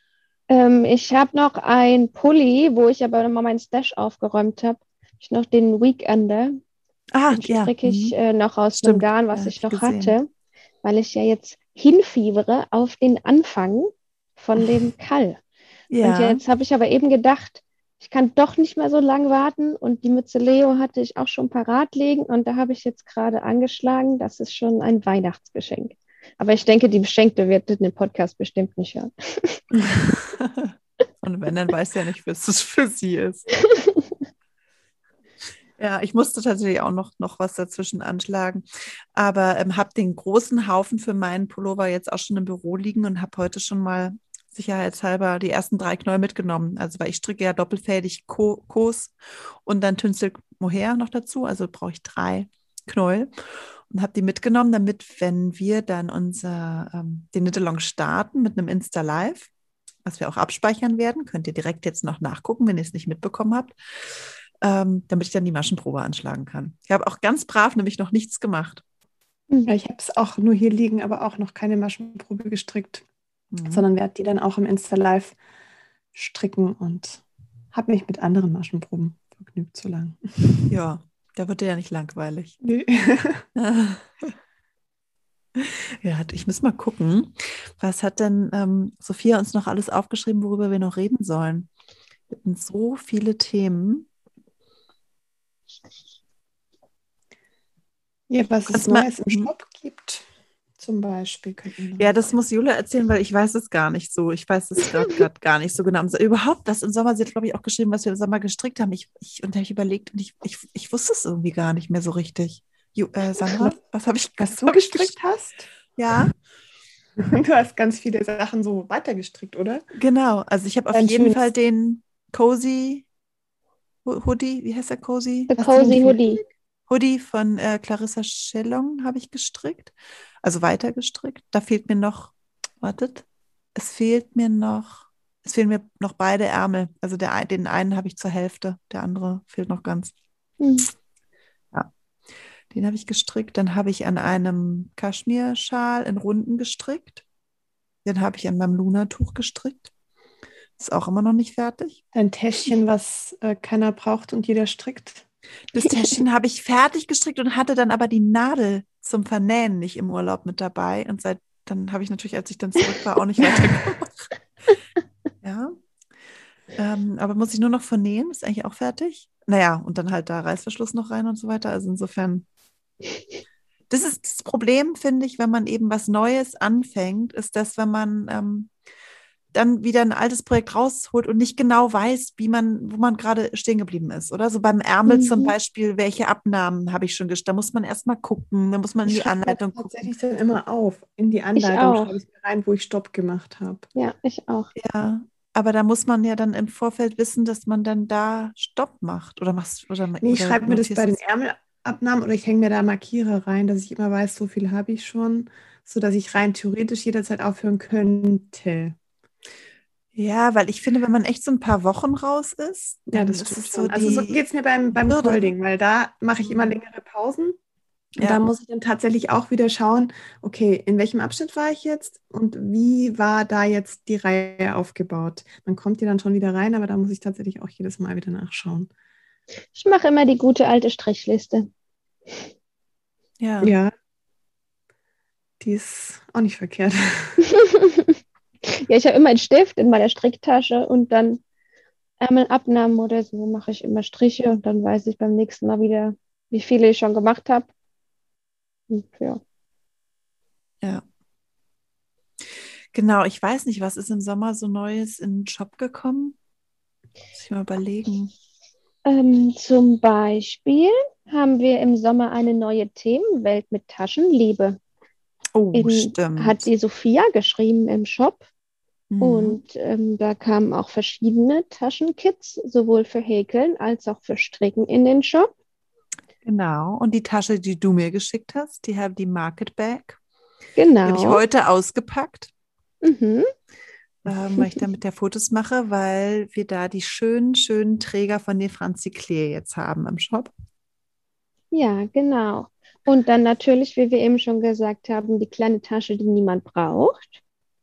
Speaker 2: Ich habe noch ein Pulli, wo ich aber nochmal meinen Stash aufgeräumt habe. Ich noch den Weekender.
Speaker 1: Ah,
Speaker 2: Den
Speaker 1: ja.
Speaker 2: stricke ich noch aus einem
Speaker 1: Stimmt,
Speaker 2: Garn,
Speaker 1: ja,
Speaker 2: was
Speaker 1: habe
Speaker 2: ich
Speaker 1: ich
Speaker 2: noch
Speaker 1: gesehen.
Speaker 2: hatte, weil ich ja jetzt hinfiebere auf den Anfang von dem Kall. Und
Speaker 1: Ja,
Speaker 2: jetzt habe ich aber eben gedacht, ich kann doch nicht mehr so lang warten. Und die Mütze Leo hatte ich auch schon parat liegen. Und da habe ich jetzt gerade angeschlagen. Das ist schon ein Weihnachtsgeschenk. Aber ich denke, die Beschenkte wird den Podcast bestimmt nicht hören.
Speaker 1: und wenn, dann weiß ja nicht, was es für sie ist. Ja, ich musste tatsächlich auch noch was dazwischen anschlagen, aber habe den großen Haufen für meinen Pullover jetzt auch schon im Büro liegen und habe heute schon mal sicherheitshalber die ersten 3 Knäuel mitgenommen. Also weil ich stricke ja doppelfädig Kos und dann Tünsel Mohair noch dazu, also brauche ich 3 Knäuel und habe die mitgenommen, damit, wenn wir dann den Knit-Along starten mit einem Insta-Live, was wir auch abspeichern werden, könnt ihr direkt jetzt noch nachgucken, wenn ihr es nicht mitbekommen habt, damit ich dann die Maschenprobe anschlagen kann. Ich habe auch ganz brav nämlich noch nichts gemacht.
Speaker 3: Ja, ich habe es auch nur hier liegen, aber auch noch keine Maschenprobe gestrickt,
Speaker 1: Mhm.
Speaker 3: sondern werde die dann auch im Insta-Live stricken und habe mich mit anderen Maschenproben vergnügt so lang.
Speaker 1: Ja, da wird dir ja nicht langweilig.
Speaker 3: Nee.
Speaker 1: Ja, ich muss mal gucken, was hat denn Sophia uns noch alles aufgeschrieben, worüber wir noch reden sollen? Wir hatten so viele Themen.
Speaker 3: Ja, was es
Speaker 1: Kannst mal,
Speaker 3: Neues im Shop gibt, zum Beispiel, könnten wir noch
Speaker 1: ja, das
Speaker 3: erzählen.
Speaker 1: muss Jule erzählen, weil ich weiß es gar nicht so. Ich weiß es gerade gar nicht so genau. Überhaupt, was im Sommer, sie hat, glaube ich, auch geschrieben, was wir im Sommer gestrickt haben. Und da habe ich überlegt und ich wusste es irgendwie gar nicht mehr so richtig. Sandra, was habe ich,
Speaker 3: Was du
Speaker 1: hab ich
Speaker 3: gestrickt hast?
Speaker 1: Ja,
Speaker 3: Du hast ganz viele Sachen so weitergestrickt, oder?
Speaker 1: genau. Also ich habe auf
Speaker 3: Dein
Speaker 1: jeden Fall
Speaker 3: schönes.
Speaker 1: den Cozy Hoodie, wie heißt der Cozy?
Speaker 2: The
Speaker 3: Hast du den
Speaker 2: Cozy Hoodie.
Speaker 3: fertig?
Speaker 1: Hoodie von Clarissa Schellong habe ich gestrickt. Also weiter gestrickt. Da fehlt mir noch, wartet, es fehlen mir noch beide Ärmel. Also den einen habe ich zur Hälfte, der andere fehlt noch ganz.
Speaker 2: Hm.
Speaker 1: Ja, den habe ich gestrickt. Dann habe ich an einem Kaschmirschal in Runden gestrickt. Den habe ich an meinem Luna-Tuch gestrickt. Ist auch immer noch nicht fertig.
Speaker 3: Dein Täschchen, was keiner braucht und jeder strickt.
Speaker 1: Das Täschchen habe ich fertig gestrickt und hatte dann aber die Nadel zum Vernähen nicht im Urlaub mit dabei. Und dann habe ich natürlich, als ich dann zurück war, auch nicht weitergemacht. Ja. Aber muss ich nur noch vernähen, ist eigentlich auch fertig. Naja, und dann halt da Reißverschluss noch rein und so weiter. Also insofern, das ist das Problem, finde ich, wenn man eben was Neues anfängt, ist das, wenn man dann wieder ein altes Projekt rausholt und nicht genau weiß, wo man gerade stehen geblieben ist, oder? So beim Ärmel zum
Speaker 2: Mhm.
Speaker 1: Beispiel, welche Abnahmen habe ich schon gestrickt? Da muss man erst mal gucken, da muss man in
Speaker 3: Ich
Speaker 1: die
Speaker 3: schreibe mir
Speaker 1: Anleitung gucken.
Speaker 3: tatsächlich dann immer auf. In die
Speaker 2: Ich
Speaker 3: Anleitung
Speaker 2: auch.
Speaker 3: schreibe ich mir rein, wo ich Stopp gemacht habe.
Speaker 2: Ja, ich auch.
Speaker 1: Ja, aber da muss man ja dann im Vorfeld wissen, dass man dann da Stopp macht. Oder
Speaker 3: Nee, ich
Speaker 1: oder
Speaker 3: schreibe mir das
Speaker 1: notierst
Speaker 3: bei
Speaker 1: du
Speaker 3: den
Speaker 1: es?
Speaker 3: Abnahmen oder ich hänge mir da Markierer rein, dass ich immer weiß, so viel habe ich schon, sodass ich rein theoretisch jederzeit aufhören könnte.
Speaker 1: Ja, weil ich finde, wenn man echt so ein paar Wochen raus ist,
Speaker 3: Ja,
Speaker 1: dann
Speaker 3: das
Speaker 1: ist
Speaker 3: stimmt
Speaker 1: es so
Speaker 3: schon. Also so geht es mir beim
Speaker 1: Hürde.
Speaker 3: Colding, weil da mache ich immer längere Pausen. Und
Speaker 1: Ja.
Speaker 3: da muss ich dann tatsächlich auch wieder schauen, okay, in welchem Abschnitt war ich jetzt und wie war da jetzt die Reihe aufgebaut? Man kommt ja dann schon wieder rein, aber da muss ich tatsächlich auch jedes Mal wieder nachschauen.
Speaker 2: Ich mache immer die gute alte Strichliste.
Speaker 1: Ja.
Speaker 3: Ja, die ist auch nicht verkehrt.
Speaker 2: Ja, ich habe immer einen Stift in meiner Stricktasche und dann Ärmelabnahmen oder so mache ich immer Striche und dann weiß ich beim nächsten Mal wieder, wie viele ich schon gemacht habe. Und ja.
Speaker 1: Ja. Genau, ich weiß nicht, was ist im Sommer so Neues in den Shop gekommen? Muss ich mal überlegen.
Speaker 2: Zum Beispiel haben wir im Sommer eine neue Themenwelt mit Taschenliebe.
Speaker 1: Oh,
Speaker 2: Hat
Speaker 1: stimmt.
Speaker 2: die Sophia geschrieben im Shop.
Speaker 1: Mhm.
Speaker 2: Und da kamen auch verschiedene Taschenkits, sowohl für Häkeln als auch für Stricken in den Shop.
Speaker 1: Genau. Und die Tasche, die du mir geschickt hast, die Market Bag, die habe ich
Speaker 2: Genau.
Speaker 1: heute ausgepackt,
Speaker 2: Mhm.
Speaker 1: weil ich damit der Fotos mache, weil wir da die schönen Träger von den Franzi Klee jetzt haben im Shop.
Speaker 2: Ja, genau. Und dann natürlich, wie wir eben schon gesagt haben, die kleine Tasche, die niemand braucht.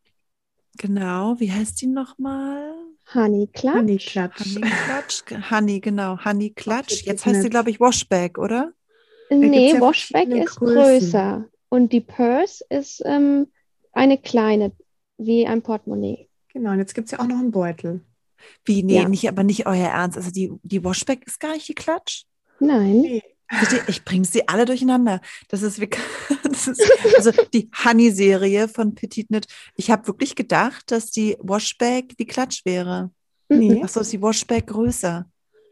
Speaker 1: Genau. Wie heißt die nochmal?
Speaker 2: Honey Clutch.
Speaker 3: Honey Klatsch.
Speaker 1: Honey Clutch. Honey, genau. Honey Clutch. Jetzt heißt sie,
Speaker 3: Fitness.
Speaker 1: glaube ich, Washbag, oder?
Speaker 3: Da gibt's
Speaker 2: Nee,
Speaker 3: ja
Speaker 2: Washbag
Speaker 3: verschiedene
Speaker 2: ist
Speaker 3: Größen.
Speaker 2: größer. Und die Purse ist eine kleine, wie ein Portemonnaie.
Speaker 3: Genau, und jetzt gibt es ja auch noch einen Beutel.
Speaker 1: Wie? Nee,
Speaker 2: Ja,
Speaker 1: aber nicht euer Ernst. Also die Washbag ist gar nicht die Klatsch.
Speaker 2: nein.
Speaker 3: Nee.
Speaker 1: Seht ihr, ich bringe sie alle durcheinander. Das ist, also die Honey-Serie von Petit Knit. Ich habe wirklich gedacht, dass die Washbag die Klatsch wäre.
Speaker 2: Mhm.
Speaker 1: Ach so, ist die Washbag größer.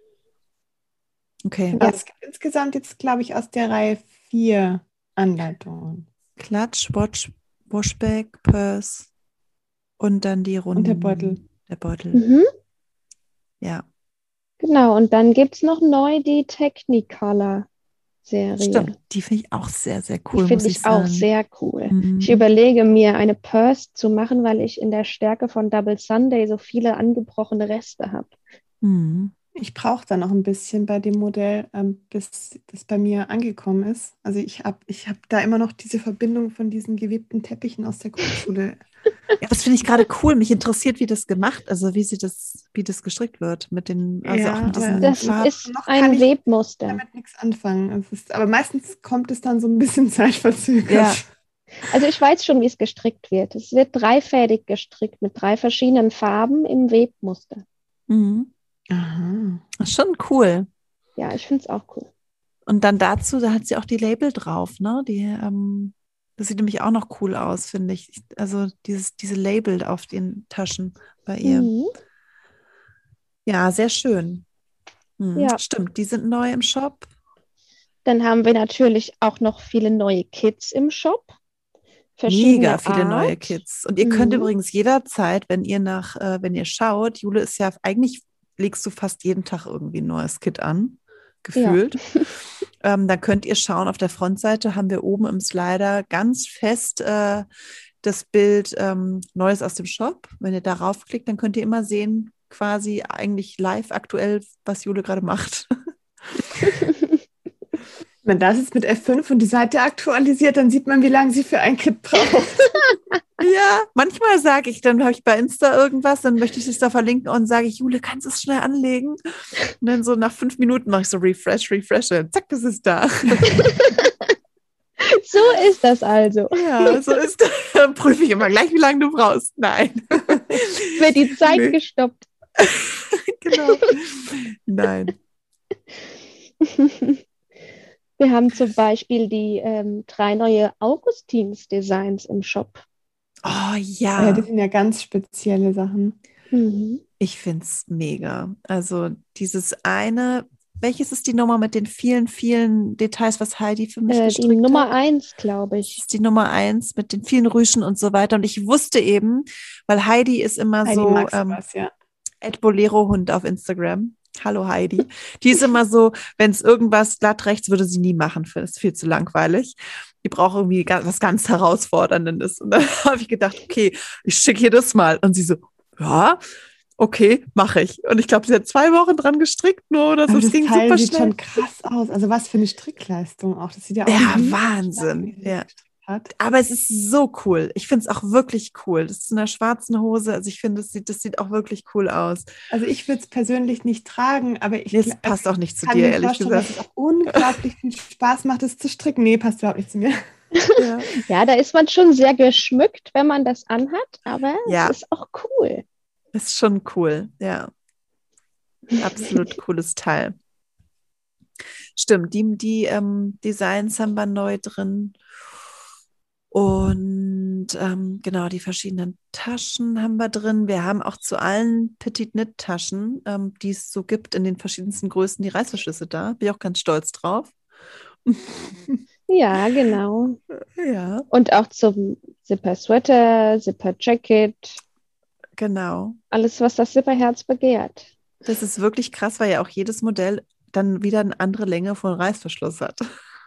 Speaker 1: Okay.
Speaker 2: Ja,
Speaker 3: Also es gibt insgesamt jetzt, glaube ich, aus der Reihe 4 Anleitungen.
Speaker 1: Klatsch, Washbag, Purse und dann die
Speaker 3: Und der
Speaker 1: Runden.
Speaker 3: Beutel.
Speaker 1: Der Beutel.
Speaker 2: mhm.
Speaker 1: Ja,
Speaker 2: Genau. Und dann gibt es noch neu die Technicolor-Serie.
Speaker 1: stimmt. Die finde ich auch sehr, sehr
Speaker 2: Die
Speaker 1: cool, muss
Speaker 2: finde
Speaker 1: ich
Speaker 2: ich auch
Speaker 1: sagen.
Speaker 2: sehr cool. Ich
Speaker 1: Mhm.
Speaker 2: überlege mir, eine Purse zu machen, weil ich in der Stärke von Double Sunday so viele angebrochene Reste habe.
Speaker 1: Mhm.
Speaker 3: Ich brauche da noch ein bisschen bei dem Modell, bis das bei mir angekommen ist. Also ich hab da immer noch diese Verbindung von diesen gewebten Teppichen aus der Grundschule.
Speaker 1: Ja, das finde ich gerade cool. Mich interessiert, wie das gemacht, also wie das gestrickt wird mit den, also auch
Speaker 3: Ja,
Speaker 1: mit
Speaker 3: aber
Speaker 1: diesen
Speaker 2: Das
Speaker 3: noch,
Speaker 1: Farben.
Speaker 2: ist
Speaker 3: noch kann
Speaker 2: ein
Speaker 3: ich
Speaker 2: Webmuster.
Speaker 3: damit nichts anfangen. Aber meistens kommt es dann so ein bisschen zeitverzögert.
Speaker 1: Ja.
Speaker 2: Also ich weiß schon, wie es gestrickt wird. Es wird dreifädig gestrickt mit 3 verschiedenen Farben im Webmuster.
Speaker 1: Mhm.
Speaker 3: Aha.
Speaker 1: Das ist schon cool.
Speaker 2: Ja, ich finde es auch cool.
Speaker 1: Und dann dazu, da hat sie auch die Label drauf, ne? Das sieht nämlich auch noch cool aus, finde ich. Also diese Label auf den Taschen bei ihr.
Speaker 2: Mhm.
Speaker 1: Ja, sehr schön.
Speaker 2: Ja,
Speaker 1: Stimmt, die sind neu im Shop.
Speaker 2: dann haben wir natürlich auch noch viele neue Kits im Shop.
Speaker 1: Mega
Speaker 2: Verschiedene
Speaker 1: viele neue
Speaker 2: Art.
Speaker 1: Kits. Und ihr könnt
Speaker 2: Mhm.
Speaker 1: übrigens jederzeit, wenn ihr schaut, Jule ist ja, eigentlich legst du fast jeden Tag irgendwie ein neues Kit an,
Speaker 2: Ja.
Speaker 1: gefühlt. Da könnt ihr schauen, auf der Frontseite haben wir oben im Slider ganz fest das Bild Neues aus dem Shop. Wenn ihr darauf klickt, dann könnt ihr immer sehen, quasi eigentlich live aktuell, was Jule gerade macht.
Speaker 3: Wenn das jetzt mit F5 und die Seite aktualisiert, dann sieht man, wie lange sie für ein Kit braucht.
Speaker 1: Ja, manchmal sage ich, dann habe ich bei Insta irgendwas, dann möchte ich das da verlinken und sage ich, Jule, kannst du es schnell anlegen? Und dann so nach 5 Minuten mache ich so Refresh, zack, das ist da.
Speaker 2: So ist das also.
Speaker 1: Ja, so ist das. Dann prüfe ich immer gleich, wie lange du brauchst. Nein.
Speaker 2: Wird die Zeit
Speaker 1: Nee.
Speaker 2: gestoppt.
Speaker 1: Genau. Nein.
Speaker 2: Wir haben zum Beispiel die 3 neue Augustins-Designs im Shop.
Speaker 1: Oh
Speaker 3: Ja,
Speaker 1: ja,
Speaker 3: das sind ja ganz spezielle Sachen.
Speaker 2: Mhm.
Speaker 1: ich finde es mega. Also dieses eine, welches ist die Nummer mit den vielen Details, was Heidi für mich
Speaker 2: Die
Speaker 1: gestrickt
Speaker 2: Nummer
Speaker 1: hat?
Speaker 2: 1, glaube
Speaker 1: Das
Speaker 2: ich.
Speaker 1: ist die Nummer 1 mit den vielen Rüschen und so weiter. Und ich wusste eben, weil Heidi ist immer
Speaker 3: Heidi
Speaker 1: so
Speaker 3: mag sowas, ja.
Speaker 1: @Bolero-Hund auf Instagram. Hallo Heidi. Die ist immer so, wenn es irgendwas glatt rechts würde sie nie machen, das ist viel zu langweilig. Die braucht irgendwie was ganz Herausforderndes. Und dann habe ich gedacht, okay, ich schicke ihr das mal. Und sie so, ja, okay, mache ich. Und ich glaube, sie hat 2 Wochen dran gestrickt nur oder so.
Speaker 3: Aber
Speaker 1: Es
Speaker 3: das
Speaker 1: ging
Speaker 3: Teil
Speaker 1: super
Speaker 3: sieht
Speaker 1: schnell.
Speaker 3: schon krass aus. Also was für eine Strickleistung auch. Das sieht ja aus
Speaker 1: Ja,
Speaker 3: wie
Speaker 1: Wahnsinn.
Speaker 3: wie sie
Speaker 1: Ja.
Speaker 3: das gestrickt hat.
Speaker 1: Aber es ist so cool. Ich finde es auch wirklich cool. Das ist in einer schwarzen Hose. Also ich finde, das sieht auch wirklich cool aus.
Speaker 3: Also ich würde es persönlich nicht tragen, aber
Speaker 1: Nee, es passt auch nicht zu
Speaker 3: kann
Speaker 1: dir,
Speaker 3: mir
Speaker 1: ehrlich
Speaker 3: vorstellen, dass
Speaker 1: gesagt.
Speaker 3: es auch unglaublich viel Spaß macht, es zu stricken. Nee, passt überhaupt nicht zu mir.
Speaker 1: Ja.
Speaker 2: Ja, da ist man schon sehr geschmückt, wenn man das anhat, aber es
Speaker 1: Ja,
Speaker 2: ist auch cool.
Speaker 1: ist schon cool. Ja, absolut cooles Teil. Stimmt, die Designs haben wir neu drin. Und genau, die verschiedenen Taschen haben wir drin. Wir haben auch zu allen Petit Knit Taschen, die es so gibt, in den verschiedensten Größen, die Reißverschlüsse da. Bin ich auch ganz stolz drauf.
Speaker 2: Ja, genau.
Speaker 1: Ja,
Speaker 2: Und auch zum Zipper-Sweater, Zipper-Jacket,
Speaker 1: genau.
Speaker 2: alles, was das Zipperherz begehrt.
Speaker 1: Das ist wirklich krass, weil ja auch jedes Modell dann wieder eine andere Länge von Reißverschluss hat.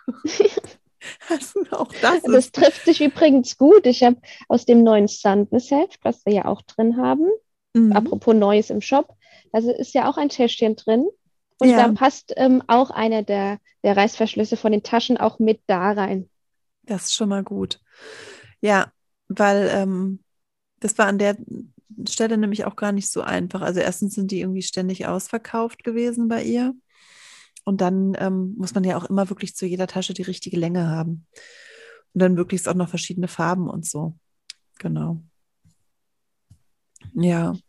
Speaker 1: Also auch das
Speaker 2: Das
Speaker 1: ist.
Speaker 2: trifft sich übrigens gut. Ich habe aus dem neuen Sandnes-Heft, was wir ja auch drin haben,
Speaker 1: Mhm.
Speaker 2: apropos Neues im Shop, da ist ja auch ein Täschchen drin. Und da
Speaker 1: Ja,
Speaker 2: passt auch einer der Reißverschlüsse von den Taschen auch mit da rein.
Speaker 1: das ist schon mal gut. Ja, weil das war an der Stelle nämlich auch gar nicht so einfach. Also erstens sind die irgendwie ständig ausverkauft gewesen bei ihr. Und dann muss man ja auch immer wirklich zu jeder Tasche die richtige Länge haben. Und dann möglichst auch noch verschiedene Farben und so. Genau. Ja.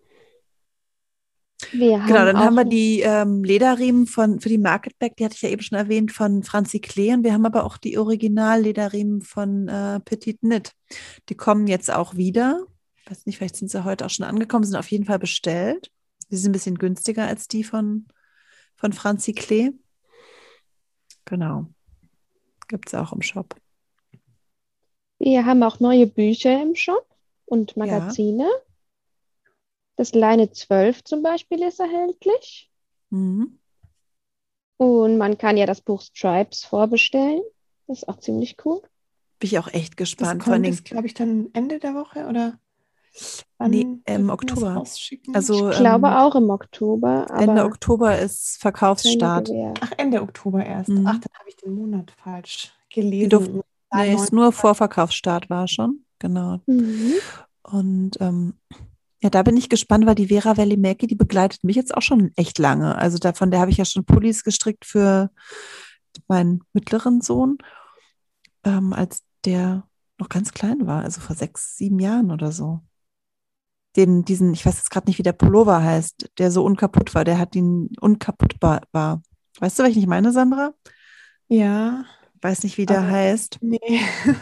Speaker 2: Wir
Speaker 1: Genau,
Speaker 2: haben
Speaker 1: dann haben
Speaker 2: auch
Speaker 1: wir die Lederriemen für die Market Bag, die hatte ich ja eben schon erwähnt, von Franzi Klee. Und wir haben aber auch die Original-Lederriemen von Petit Knit. Die kommen jetzt auch wieder. Ich weiß nicht, vielleicht sind sie heute auch schon angekommen, sind auf jeden Fall bestellt. Die sind ein bisschen günstiger als die von Franzi Klee. Genau. Gibt es auch im Shop.
Speaker 2: Wir haben auch neue Bücher im Shop und
Speaker 1: Ja.
Speaker 2: Magazine. Das Leine 12 zum Beispiel ist erhältlich.
Speaker 1: Mhm.
Speaker 2: Und man kann ja das Buch Stripes vorbestellen. Das ist auch ziemlich cool.
Speaker 1: Bin ich auch echt
Speaker 3: Das
Speaker 1: gespannt. Vor allen
Speaker 3: kommt
Speaker 1: Dingen,
Speaker 3: jetzt, glaube ich, dann Ende der Woche oder
Speaker 1: nee,
Speaker 3: wann
Speaker 1: im
Speaker 3: dürfen wir es
Speaker 1: Oktober.
Speaker 3: rausschicken?
Speaker 2: Ich
Speaker 1: Also
Speaker 2: glaube auch im Oktober,
Speaker 1: Ende
Speaker 2: aber
Speaker 1: Oktober ist
Speaker 2: keine
Speaker 1: Verkaufsstart.
Speaker 2: Gewähr.
Speaker 3: Ach, Ende Oktober erst. Ach,
Speaker 1: Mhm.
Speaker 3: dann habe ich den Monat falsch
Speaker 1: Die durften,
Speaker 3: gelesen.
Speaker 1: nee, ist nur Vorverkaufsstart war schon. Genau.
Speaker 2: Mhm.
Speaker 1: Und ja, da bin ich gespannt, weil die Vera Välimäki, die begleitet mich jetzt auch schon echt lange. Also von der habe ich ja schon Pullis gestrickt für meinen mittleren Sohn, als der noch ganz klein war, also vor 6, 7 Jahren oder so. Ich weiß jetzt gerade nicht, wie der Pullover heißt, der so unkaputt war, der hat ihn unkaputtbar war. Weißt du, was ich nicht meine, Sandra?
Speaker 3: Ja,
Speaker 1: Weiß nicht, wie der
Speaker 3: aber
Speaker 1: heißt.
Speaker 3: nee.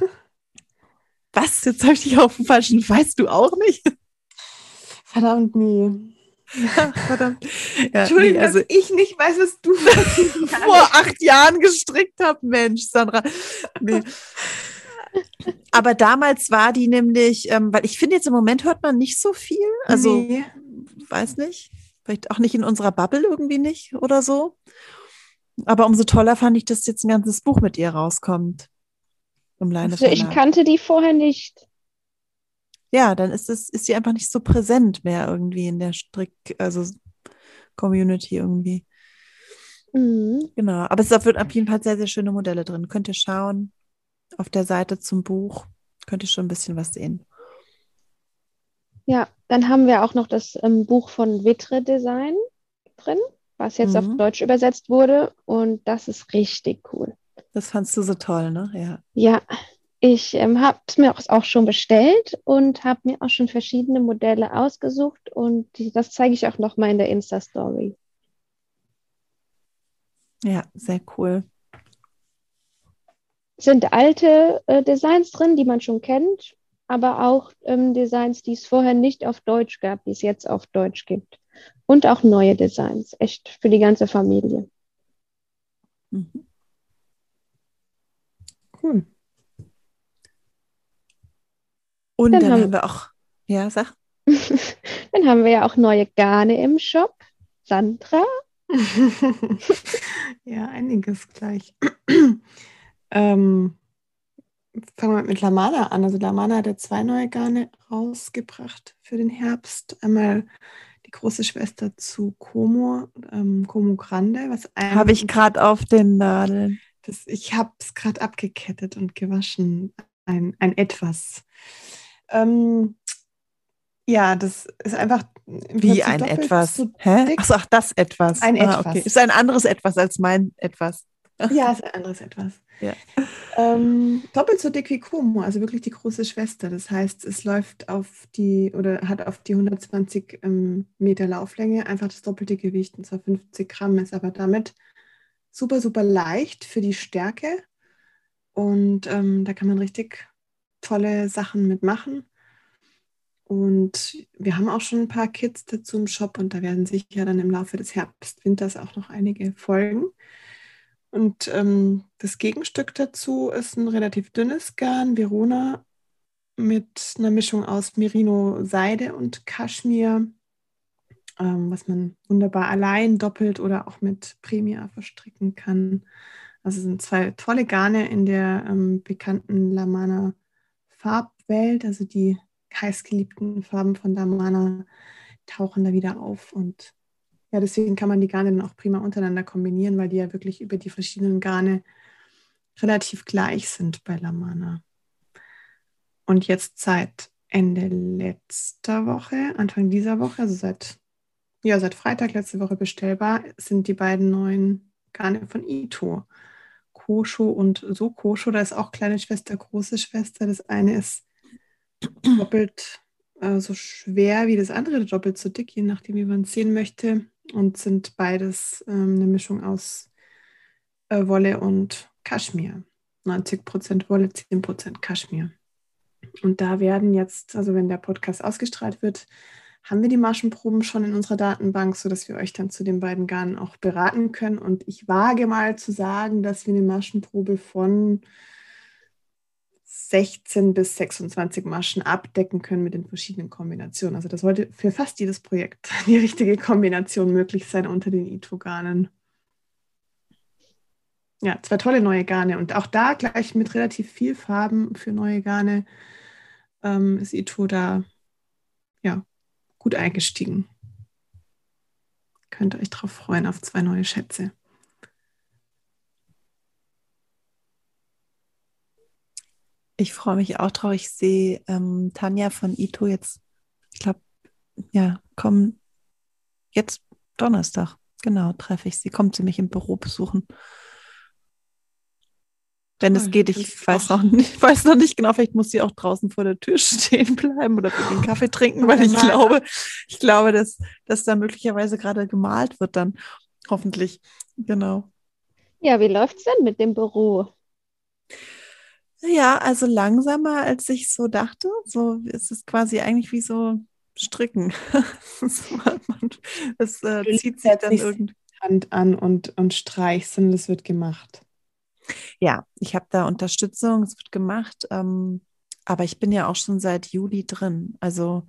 Speaker 1: Was? Jetzt habe ich dich auf dem falschen. Weißt du auch nicht?
Speaker 3: Verdammt, nee.
Speaker 1: Ach, verdammt. Ja, nee,
Speaker 3: Entschuldigung,
Speaker 1: also
Speaker 3: dass ich nicht weiß, was du
Speaker 1: vor 8 Jahren gestrickt habe, Mensch, Sandra. Nee. Aber damals war die nämlich, weil ich finde jetzt im Moment hört man nicht so viel. Also,
Speaker 3: Nee.
Speaker 1: weiß nicht. Vielleicht auch nicht in unserer Bubble irgendwie nicht oder so. Aber umso toller fand ich, dass jetzt ein ganzes Buch mit ihr rauskommt im Leine
Speaker 2: Also ich
Speaker 1: Verlag.
Speaker 2: kannte die vorher nicht.
Speaker 1: Ja, dann ist sie einfach nicht so präsent mehr irgendwie in der also Community irgendwie.
Speaker 2: Mhm.
Speaker 1: Genau. Aber es wird auf jeden Fall sehr, sehr schöne Modelle drin. Könnt ihr schauen auf der Seite zum Buch. Könnt ihr schon ein bisschen was sehen.
Speaker 2: Ja, dann haben wir auch noch das Buch von Vitre Design drin, was jetzt auf
Speaker 1: Mhm.
Speaker 2: Deutsch übersetzt wurde. Und das ist richtig cool.
Speaker 1: Das fandst du so toll, ne? Ja.
Speaker 2: Ja, ich habe es mir auch schon bestellt und habe mir auch schon verschiedene Modelle ausgesucht. Und das zeige ich auch noch mal in der Insta-Story.
Speaker 1: Ja, sehr cool.
Speaker 2: Sind alte Designs drin, die man schon kennt, aber auch Designs, die es vorher nicht auf Deutsch gab, die es jetzt auf Deutsch gibt. Und auch neue Designs, echt für die ganze Familie.
Speaker 1: Mhm.
Speaker 3: Cool.
Speaker 1: Und
Speaker 2: Dann
Speaker 1: dann haben
Speaker 2: haben,
Speaker 1: wir auch, ja, sag.
Speaker 2: dann haben wir ja auch neue Garne im Shop Sandra?
Speaker 3: Ja, einiges gleich. ähm, Fangen wir mit Lamana an. Also Lamana hat ja 2 neue Garne rausgebracht für den Herbst. Einmal die große Schwester zu Como, Como Grande,
Speaker 1: Habe ich gerade auf den Nadeln.
Speaker 3: Ich habe es gerade abgekettet und gewaschen. Ein Etwas. Ja, das ist einfach
Speaker 1: Wie ein
Speaker 3: doppelt
Speaker 1: Etwas.
Speaker 3: so
Speaker 1: Hä?
Speaker 3: dick.
Speaker 1: Ach das Etwas.
Speaker 3: Ein Etwas.
Speaker 1: Okay. Ist ein anderes Etwas als mein Etwas.
Speaker 3: Ja, ist ein anderes Etwas.
Speaker 1: Ja.
Speaker 3: Doppelt so dick wie Como, also wirklich die große Schwester. Das heißt, es läuft hat auf die 120 Meter Lauflänge einfach das doppelte Gewicht, und zwar 50 Gramm, ist aber damit super, super leicht für die Stärke. Und da kann man richtig tolle Sachen mitmachen. Und wir haben auch schon ein paar Kits dazu im Shop, und da werden sicher dann im Laufe des Herbst, Winters auch noch einige folgen. Und das Gegenstück dazu ist ein relativ dünnes Garn, Verona, mit einer Mischung aus Merino-Seide und Kaschmir, was man wunderbar allein, doppelt oder auch mit Premia verstricken kann. Also es sind 2 tolle Garne in der bekannten Lamana Farbwelt, also die heißgeliebten Farben von Lamana tauchen da wieder auf, und ja, deswegen kann man die Garne dann auch prima untereinander kombinieren, weil die ja wirklich über die verschiedenen Garne relativ gleich sind bei Lamana. Und jetzt seit Ende letzter Woche, Anfang dieser Woche, also seit Freitag letzte Woche bestellbar, sind die beiden neuen Garne von Ito. Kosho und So Kosho, da ist auch kleine Schwester, große Schwester. Das eine ist doppelt so schwer wie das andere, doppelt so dick, je nachdem, wie man es sehen möchte. Und sind beides eine Mischung aus Wolle und Kaschmir. 90% Wolle, 10% Kaschmir. Und da werden jetzt, also wenn der Podcast ausgestrahlt wird, haben wir die Maschenproben schon in unserer Datenbank, sodass wir euch dann zu den beiden Garnen auch beraten können. Und ich wage mal zu sagen, dass wir eine Maschenprobe von 16 bis 26 Maschen abdecken können mit den verschiedenen Kombinationen. Also das sollte für fast jedes Projekt die richtige Kombination möglich sein unter den Ito-Garnen. Ja, 2 tolle neue Garne, und auch da gleich mit relativ viel Farben für neue Garne ist Ito da ja gut eingestiegen. Könnt ihr euch drauf freuen, auf 2 neue Schätze.
Speaker 1: Ich freue mich auch drauf. Ich sehe Tanja von Ito jetzt, ich glaube, ja, kommen jetzt Donnerstag. Genau, treffe ich sie. Kommt sie mich im Büro besuchen. Wenn es geht, ich weiß noch nicht genau, vielleicht muss sie auch draußen vor der Tür stehen bleiben oder für den Kaffee trinken, weil ich glaube, dass da möglicherweise gerade gemalt wird dann. Hoffentlich. Genau.
Speaker 2: Ja, wie läuft es denn mit dem Büro?
Speaker 1: Ja, also langsamer, als ich so dachte. So ist es quasi eigentlich wie so Stricken. Es zieht sich dann irgendwie.
Speaker 3: Hand an und streichst, sondern das wird gemacht.
Speaker 1: Ja, ich habe da Unterstützung, es wird gemacht, aber ich bin ja auch schon seit Juli drin. Also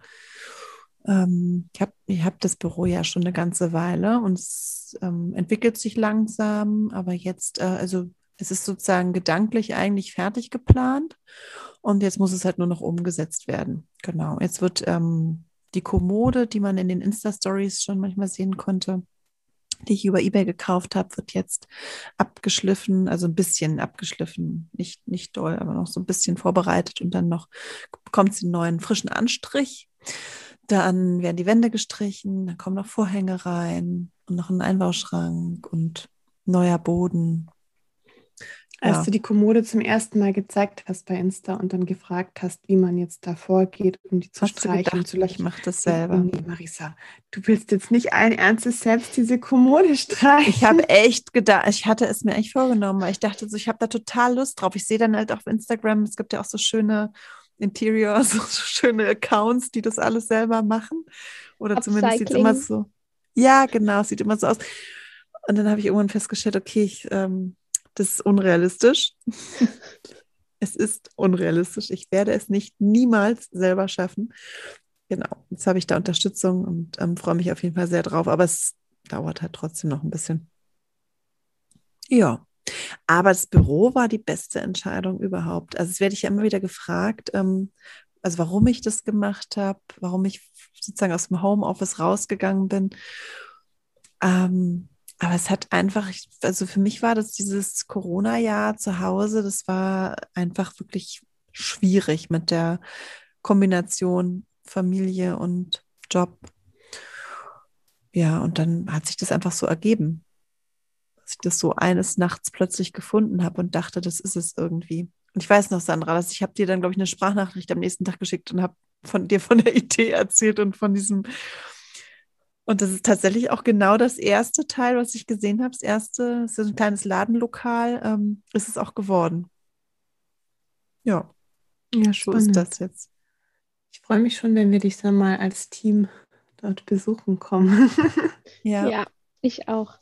Speaker 1: ich hab das Büro ja schon eine ganze Weile, und es entwickelt sich langsam, aber jetzt, also es ist sozusagen gedanklich eigentlich fertig geplant, und jetzt muss es halt nur noch umgesetzt werden. Genau, jetzt wird die Kommode, die man in den Insta-Stories schon manchmal sehen konnte, die ich über eBay gekauft habe, wird jetzt abgeschliffen, also ein bisschen abgeschliffen, nicht doll, aber noch so ein bisschen vorbereitet, und dann noch bekommt sie einen neuen frischen Anstrich. Dann werden die Wände gestrichen, dann kommen noch Vorhänge rein und noch ein Einbauschrank und neuer Boden.
Speaker 3: Als du die Kommode zum ersten Mal gezeigt hast bei Insta und dann gefragt hast, wie man jetzt da vorgeht, um die zu streichen und zu lassen.
Speaker 1: Ich mache das selber.
Speaker 3: Nee, Marisa, du willst jetzt nicht allen Ernstes selbst diese Kommode streichen.
Speaker 1: Ich habe echt gedacht, ich hatte es mir echt vorgenommen, weil ich dachte so, ich habe da total Lust drauf. Ich sehe dann halt auf Instagram, es gibt ja auch so schöne Interior, so schöne Accounts, die das alles selber machen. Oder zumindest sieht es immer so. Ja, genau, es sieht immer so aus. Und dann habe ich irgendwann festgestellt, okay, das ist unrealistisch. Es ist unrealistisch. Ich werde es niemals selber schaffen. Genau, jetzt habe ich da Unterstützung und freue mich auf jeden Fall sehr drauf. Aber dauert halt trotzdem noch ein bisschen. Ja, aber das Büro war die beste Entscheidung überhaupt. Also es werde ich ja immer wieder gefragt, also warum ich das gemacht habe, warum ich sozusagen aus dem Homeoffice rausgegangen bin. Aber es hat einfach, also für mich war das dieses Corona-Jahr zu Hause, das war einfach wirklich schwierig mit der Kombination Familie und Job. Ja, und dann hat sich das einfach so ergeben, dass ich das so eines Nachts plötzlich gefunden habe und dachte, das ist es irgendwie. Und ich weiß noch, Sandra, dass ich habe dir dann, glaube ich, eine Sprachnachricht am nächsten Tag geschickt und habe von der Idee erzählt und von diesem. Und das ist tatsächlich auch genau das erste Teil, was ich gesehen habe. Das erste, so ein kleines Ladenlokal, ist es auch geworden. Ja,
Speaker 3: Ja,
Speaker 1: so ist
Speaker 3: spannend.
Speaker 1: das jetzt.
Speaker 3: Ich freue mich schon, wenn wir dich dann mal als Team dort besuchen kommen.
Speaker 1: Ja,
Speaker 2: Ja, ich auch.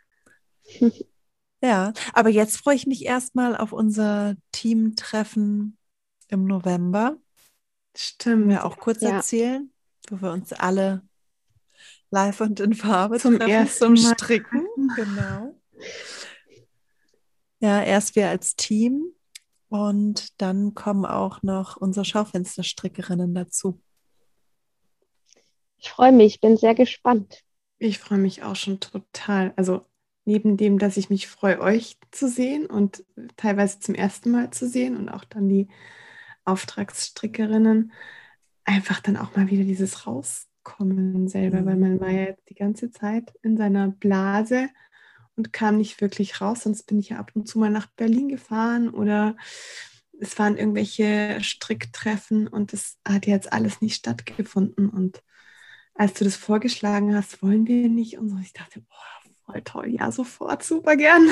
Speaker 1: ja. Aber jetzt freue ich mich erstmal auf unser Teamtreffen im November. Können wir
Speaker 3: Stimmt.
Speaker 1: auch kurz
Speaker 2: Ja,
Speaker 1: erzählen, wo wir uns alle live und in Farbe
Speaker 3: Zum
Speaker 1: treffen zum
Speaker 3: ersten Mal.
Speaker 1: Stricken. Genau. Ja, erst wir als Team und dann kommen auch noch unsere Schaufensterstrickerinnen dazu.
Speaker 2: ich freue mich, bin sehr gespannt.
Speaker 3: Ich freue mich auch schon total. Also neben dem, dass ich mich freue, euch zu sehen und teilweise zum ersten Mal zu sehen und auch dann die Auftragsstrickerinnen, einfach dann auch mal wieder dieses Rauskommen selber, weil
Speaker 1: Mhm.
Speaker 3: man war ja jetzt die ganze Zeit in seiner Blase und kam nicht wirklich raus. Sonst bin ich ja ab und zu mal nach Berlin gefahren oder es waren irgendwelche Stricktreffen und das hat jetzt alles nicht stattgefunden. Und als du das vorgeschlagen hast, wollen wir nicht und so, ich dachte, boah, voll toll, ja, sofort, super gern.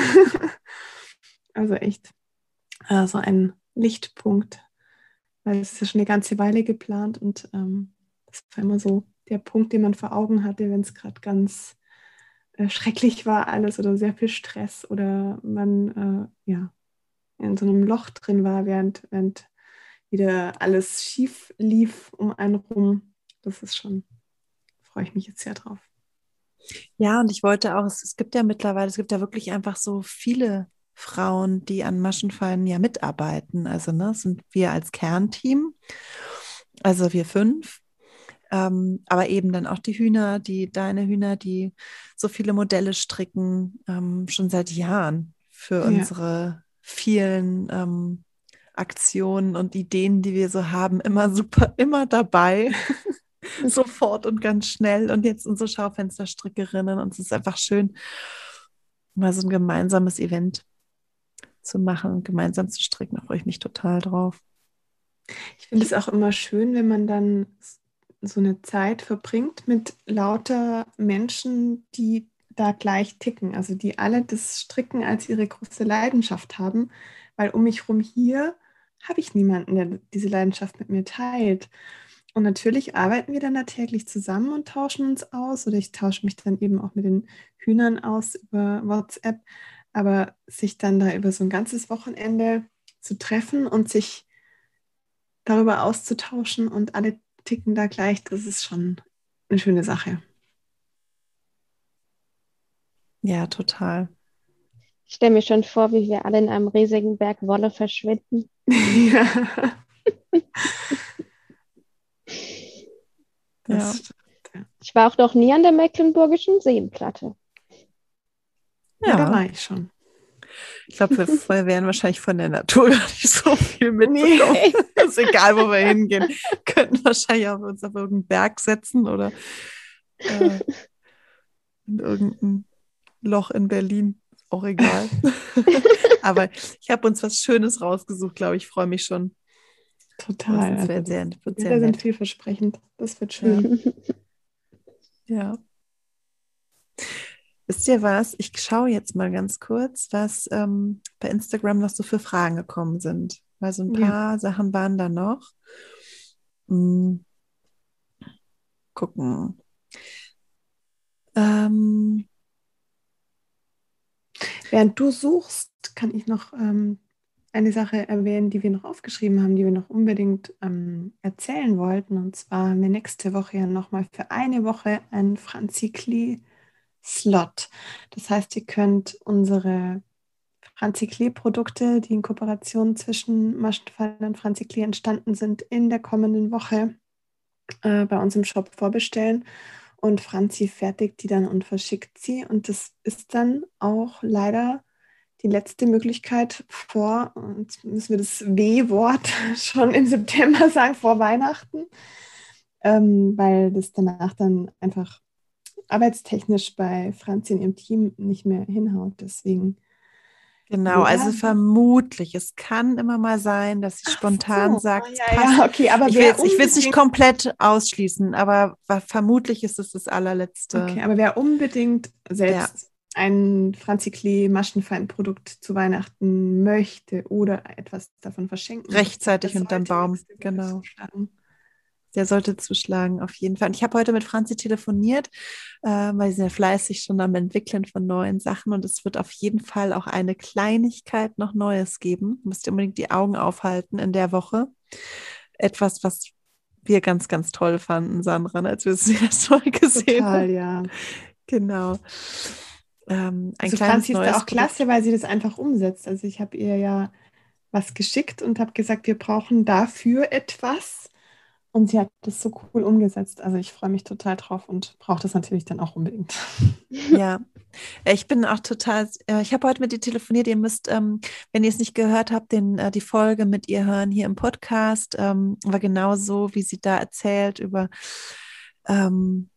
Speaker 3: Also echt so ein Lichtpunkt, weil es ist ja schon eine ganze Weile geplant und das war immer so der Punkt, den man vor Augen hatte, wenn es gerade ganz schrecklich war alles oder sehr viel Stress oder man ja in so einem Loch drin war, während wieder alles schief lief um einen rum. Das ist schon, freue ich mich jetzt sehr drauf.
Speaker 1: Ja, und ich wollte auch, es gibt ja mittlerweile, es gibt ja wirklich einfach so viele Frauen, die an Maschenfallen ja mitarbeiten. Also, ne, das sind wir als Kernteam, also wir 5. Aber eben dann auch die Hühner, deine Hühner, die so viele Modelle stricken, schon seit Jahren für
Speaker 3: Ja,
Speaker 1: unsere vielen Aktionen und Ideen, die wir so haben, immer super, immer dabei, sofort und ganz schnell. Und jetzt unsere Schaufensterstrickerinnen. Und es ist einfach schön, mal so ein gemeinsames Event zu machen und gemeinsam zu stricken. Da freue ich mich total drauf.
Speaker 3: ich finde es auch immer schön, wenn man dann so eine Zeit verbringt mit lauter Menschen, die da gleich ticken, also die alle das Stricken als ihre große Leidenschaft haben, weil um mich herum hier habe ich niemanden, der diese Leidenschaft mit mir teilt. Und natürlich arbeiten wir dann da täglich zusammen und tauschen uns aus oder ich tausche mich dann eben auch mit den Hühnern aus über WhatsApp, aber sich dann da über so ein ganzes Wochenende zu treffen und sich darüber auszutauschen und alle ticken da gleich, das ist schon eine schöne Sache.
Speaker 1: Ja, total.
Speaker 2: Ich stelle mir schon vor, wie wir alle in einem riesigen Berg Wolle verschwinden.
Speaker 3: Ja,
Speaker 1: Ja,
Speaker 3: das stimmt. Ja.
Speaker 2: Ich war auch noch nie an der Mecklenburgischen Seenplatte.
Speaker 3: Ja, da
Speaker 1: ja.
Speaker 3: war ich schon.
Speaker 1: Ich glaube, wir werden wahrscheinlich von der Natur gar nicht so viel mitbekommen.
Speaker 3: Nee.
Speaker 1: Ist egal, wo wir hingehen. Könnten wahrscheinlich auch uns auf irgendeinen Berg setzen oder äh, in irgendein Loch in Berlin. Auch egal. Aber ich habe uns was Schönes rausgesucht, glaube ich. Ich freue mich schon. Und
Speaker 3: Total.
Speaker 1: es
Speaker 3: Also die
Speaker 1: wird sehr
Speaker 3: Bilder sind
Speaker 1: nett.
Speaker 3: vielversprechend. Das wird
Speaker 1: Ja,
Speaker 3: schön.
Speaker 1: ja. Wisst ihr was? Ich schaue jetzt mal ganz kurz, was bei Instagram noch so für Fragen gekommen sind. Weil so ein
Speaker 3: Ja.
Speaker 1: paar Sachen waren da noch. Hm, gucken. Ähm,
Speaker 3: Während du suchst, kann ich noch eine Sache erwähnen, die wir noch aufgeschrieben haben, die wir noch unbedingt erzählen wollten. Und zwar haben wir nächste Woche ja nochmal für eine Woche ein Franzi Klee Slot. Das heißt, ihr könnt unsere Franzi Klee Produkte, die in Kooperation zwischen Maschenfallen und Franzi Klee entstanden sind, in der kommenden Woche bei uns im Shop vorbestellen. Und Franzi fertigt die dann und verschickt sie. Und das ist dann auch leider die letzte Möglichkeit vor, und jetzt müssen wir das W-Wort schon im September sagen, vor Weihnachten, weil das danach dann einfach arbeitstechnisch bei Franzi in ihrem Team nicht mehr hinhaut. Deswegen.
Speaker 1: Genau, also vermutlich. Es kann immer mal sein, dass sie spontan sagt, es passt.
Speaker 3: Ja, okay, aber
Speaker 1: ich will es nicht komplett ausschließen, aber vermutlich ist es das allerletzte.
Speaker 3: Okay, aber wer unbedingt selbst ein Franzi Klee Maschenfein-Produkt zu Weihnachten möchte oder etwas davon verschenken,
Speaker 1: rechtzeitig unterm Baum, genau. Der sollte zuschlagen, auf jeden Fall. Und ich habe heute mit Franzi telefoniert, weil sie ja fleißig schon am Entwickeln von neuen Sachen, und es wird auf jeden Fall auch eine Kleinigkeit noch Neues geben. Müsst ihr unbedingt die Augen aufhalten in der Woche. Etwas, was wir ganz, ganz toll fanden, Sandra, als wir es das erste Mal gesehen haben.
Speaker 3: Total, ja.
Speaker 1: Genau.
Speaker 3: Also Franzi ist da auch klasse, weil sie das einfach umsetzt. Also ich habe ihr ja was geschickt und habe gesagt, wir brauchen dafür etwas. Und sie hat das so cool umgesetzt. Also ich freue mich total drauf und brauche das natürlich dann auch unbedingt.
Speaker 1: Ja, ich bin auch total, ich habe heute mit ihr telefoniert. Ihr müsst, wenn ihr es nicht gehört habt, die Folge mit ihr hören hier im Podcast. War genau so, wie sie da erzählt über, wir haben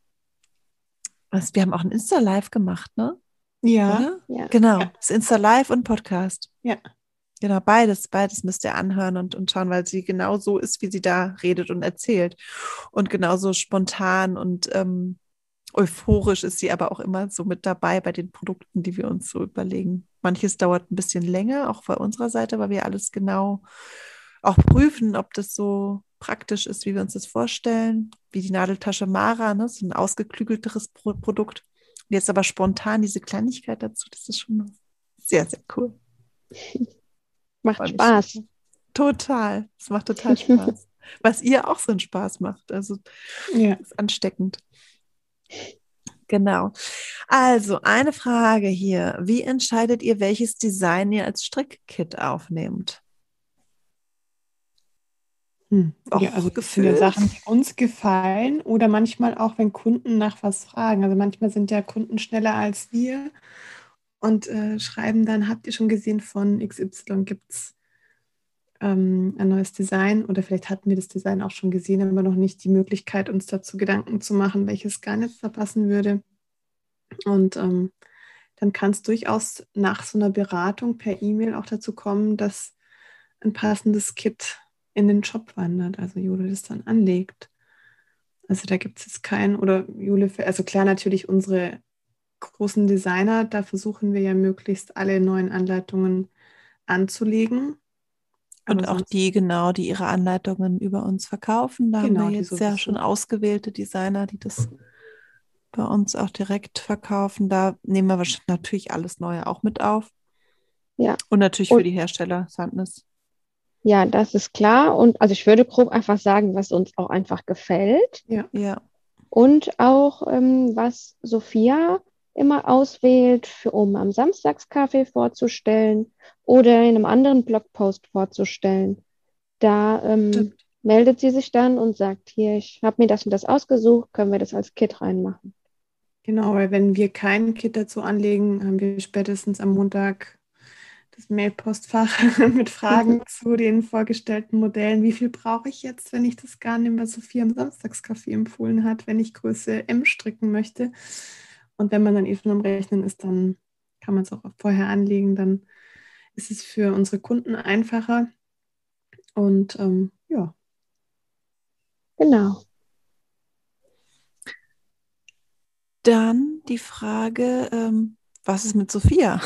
Speaker 1: auch ein Insta-Live gemacht, ne?
Speaker 3: Ja.
Speaker 1: Oder?
Speaker 3: Ja.
Speaker 1: Genau,
Speaker 3: Ja.
Speaker 1: das Insta-Live und Podcast.
Speaker 3: Ja.
Speaker 1: Genau, beides müsst ihr anhören und schauen, weil sie genau so ist, wie sie da redet und erzählt. Und genauso spontan und euphorisch ist sie aber auch immer so mit dabei bei den Produkten, die wir uns so überlegen. Manches dauert ein bisschen länger, auch bei unserer Seite, weil wir alles genau auch prüfen, ob das so praktisch ist, wie wir uns das vorstellen. Wie die Nadeltasche Mara, ne? So ein ausgeklügelteres Produkt. Und jetzt aber spontan diese Kleinigkeit dazu, das ist schon sehr, sehr cool.
Speaker 2: Macht Spaß.
Speaker 1: Total. Es macht total Spaß. Was ihr auch so einen Spaß macht. Also ist ansteckend. Genau. Also eine Frage hier. Wie entscheidet ihr, welches Design ihr als Strickkit aufnehmt?
Speaker 3: Ja, also das sind ja Sachen, die uns gefallen, oder manchmal auch, wenn Kunden nach was fragen. Also manchmal sind ja Kunden schneller als wir und schreiben dann, habt ihr schon gesehen, von XY gibt es ein neues Design, oder vielleicht hatten wir das Design auch schon gesehen, aber noch nicht die Möglichkeit, uns dazu Gedanken zu machen, welches Garn da passen würde. Und dann kann es durchaus nach so einer Beratung per E-Mail auch dazu kommen, dass ein passendes Kit in den Shop wandert, also Jule das dann anlegt. Also da gibt es jetzt keinen, oder Jule, also klar, natürlich unsere großen Designer, da versuchen wir ja möglichst alle neuen Anleitungen anzulegen.
Speaker 1: Und auch die ihre Anleitungen über uns verkaufen. Da haben wir jetzt ja schon ausgewählte Designer, die das bei uns auch direkt verkaufen. Da nehmen wir wahrscheinlich natürlich alles Neue auch mit auf.
Speaker 2: Ja.
Speaker 1: Und natürlich für die Hersteller, Sandnes.
Speaker 2: Ja, das ist klar. Und also ich würde grob einfach sagen, was uns auch einfach gefällt.
Speaker 1: Ja.
Speaker 2: Und auch, was Sophia immer auswählt, um am Samstagskaffee vorzustellen oder in einem anderen Blogpost vorzustellen. Da meldet sie sich dann und sagt, hier, ich habe mir das und das ausgesucht, können wir das als Kit reinmachen.
Speaker 3: Genau, weil wenn wir kein Kit dazu anlegen, haben wir spätestens am Montag das Mailpostfach mit Fragen zu den vorgestellten Modellen. Wie viel brauche ich jetzt, wenn ich das Garn nehme, was Sophia am Samstagskaffee empfohlen hat, wenn ich Größe M stricken möchte? Und wenn man dann schon am Rechnen ist, dann kann man es auch vorher anlegen. Dann ist es für unsere Kunden einfacher. Und ja.
Speaker 2: Genau.
Speaker 1: Dann die Frage, was ist mit Sophia?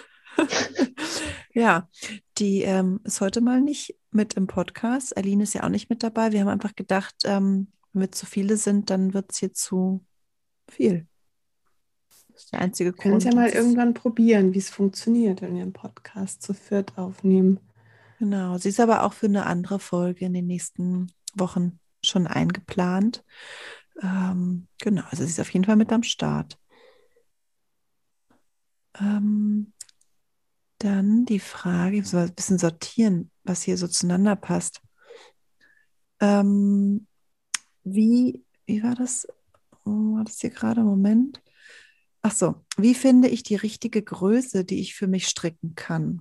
Speaker 1: Ja, die ist heute mal nicht mit im Podcast. Aline ist ja auch nicht mit dabei. Wir haben einfach gedacht, wenn wir zu viele sind, dann wird es hier zu viel. Das ist der einzige Grund.
Speaker 3: Wir können es ja mal irgendwann probieren, wie es funktioniert, wenn wir einen Podcast zu viert aufnehmen.
Speaker 1: Genau, sie ist aber auch für eine andere Folge in den nächsten Wochen schon eingeplant. Genau, also sie ist auf jeden Fall mit am Start. Ähm, Dann die Frage, ich muss mal ein bisschen sortieren, was hier so zueinander passt. Ähm, wie war das? Oh, war das hier gerade? Moment. Ach so, wie finde ich die richtige Größe, die ich für mich stricken kann?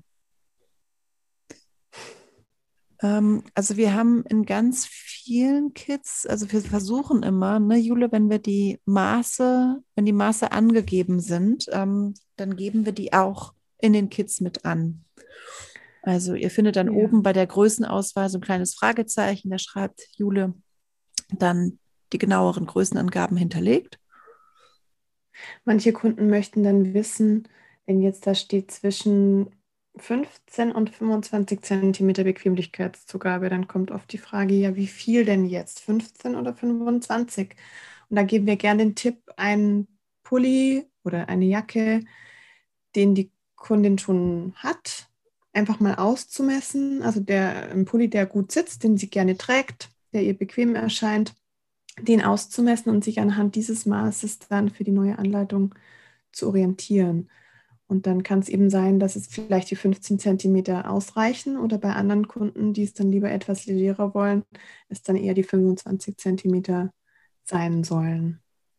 Speaker 1: Also wir haben in ganz vielen Kits, also wir versuchen immer, ne, Jule, wenn die Maße angegeben sind, dann geben wir die auch in den Kits mit an. Also ihr findet dann
Speaker 3: Ja.
Speaker 1: oben bei der Größenauswahl so ein kleines Fragezeichen, da schreibt Jule dann die genaueren Größenangaben hinterlegt.
Speaker 3: Manche Kunden möchten dann wissen, wenn jetzt da steht zwischen 15 und 25 Zentimeter Bequemlichkeitszugabe, dann kommt oft die Frage, ja, wie viel denn jetzt? 15 oder 25? Und da geben wir gerne den Tipp, einen Pulli oder eine Jacke, den die Kundin schon hat, einfach mal auszumessen. Also ein Pulli, der gut sitzt, den sie gerne trägt, der ihr bequem erscheint, den auszumessen und sich anhand dieses Maßes dann für die neue Anleitung zu orientieren. Und dann kann es eben sein, dass es vielleicht die 15 Zentimeter ausreichen oder bei anderen Kunden, die es dann lieber etwas legerer wollen, es dann eher die 25 Zentimeter sein sollen.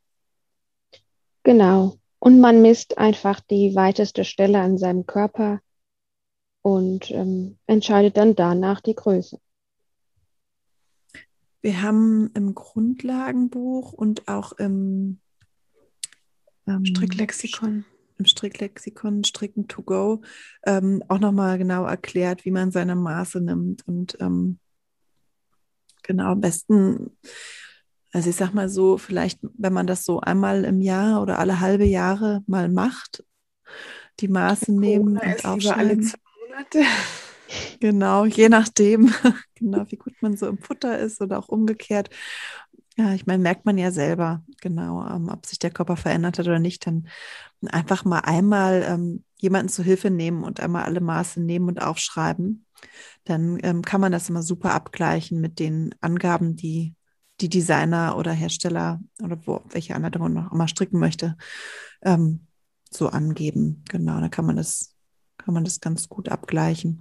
Speaker 2: Genau. Und man misst einfach die weiteste Stelle an seinem Körper und entscheidet dann danach die Größe.
Speaker 1: Wir haben im Grundlagenbuch und auch ähm,
Speaker 3: Stricklexikon.
Speaker 1: im Stricklexikon Stricken to go auch nochmal genau erklärt, wie man seine Maße nimmt und genau am besten, also ich sag mal so, vielleicht, wenn man das so einmal im Jahr oder alle halbe Jahre mal macht, die Maße nehmen
Speaker 3: Corona
Speaker 1: und
Speaker 3: ist lieber alle
Speaker 1: aufschreiben.
Speaker 3: 2 Monate.
Speaker 1: Genau, je nachdem, genau, wie gut man so im Futter ist oder auch umgekehrt. Ja, ich meine, merkt man ja selber, genau, ob sich der Körper verändert hat oder nicht, dann einfach mal einmal jemanden zu Hilfe nehmen und einmal alle Maße nehmen und aufschreiben. Dann kann man das immer super abgleichen mit den Angaben, die die Designer oder Hersteller oder welche Anleitung man noch immer stricken möchte, ähm, so angeben. Genau, da kann man das ganz gut abgleichen.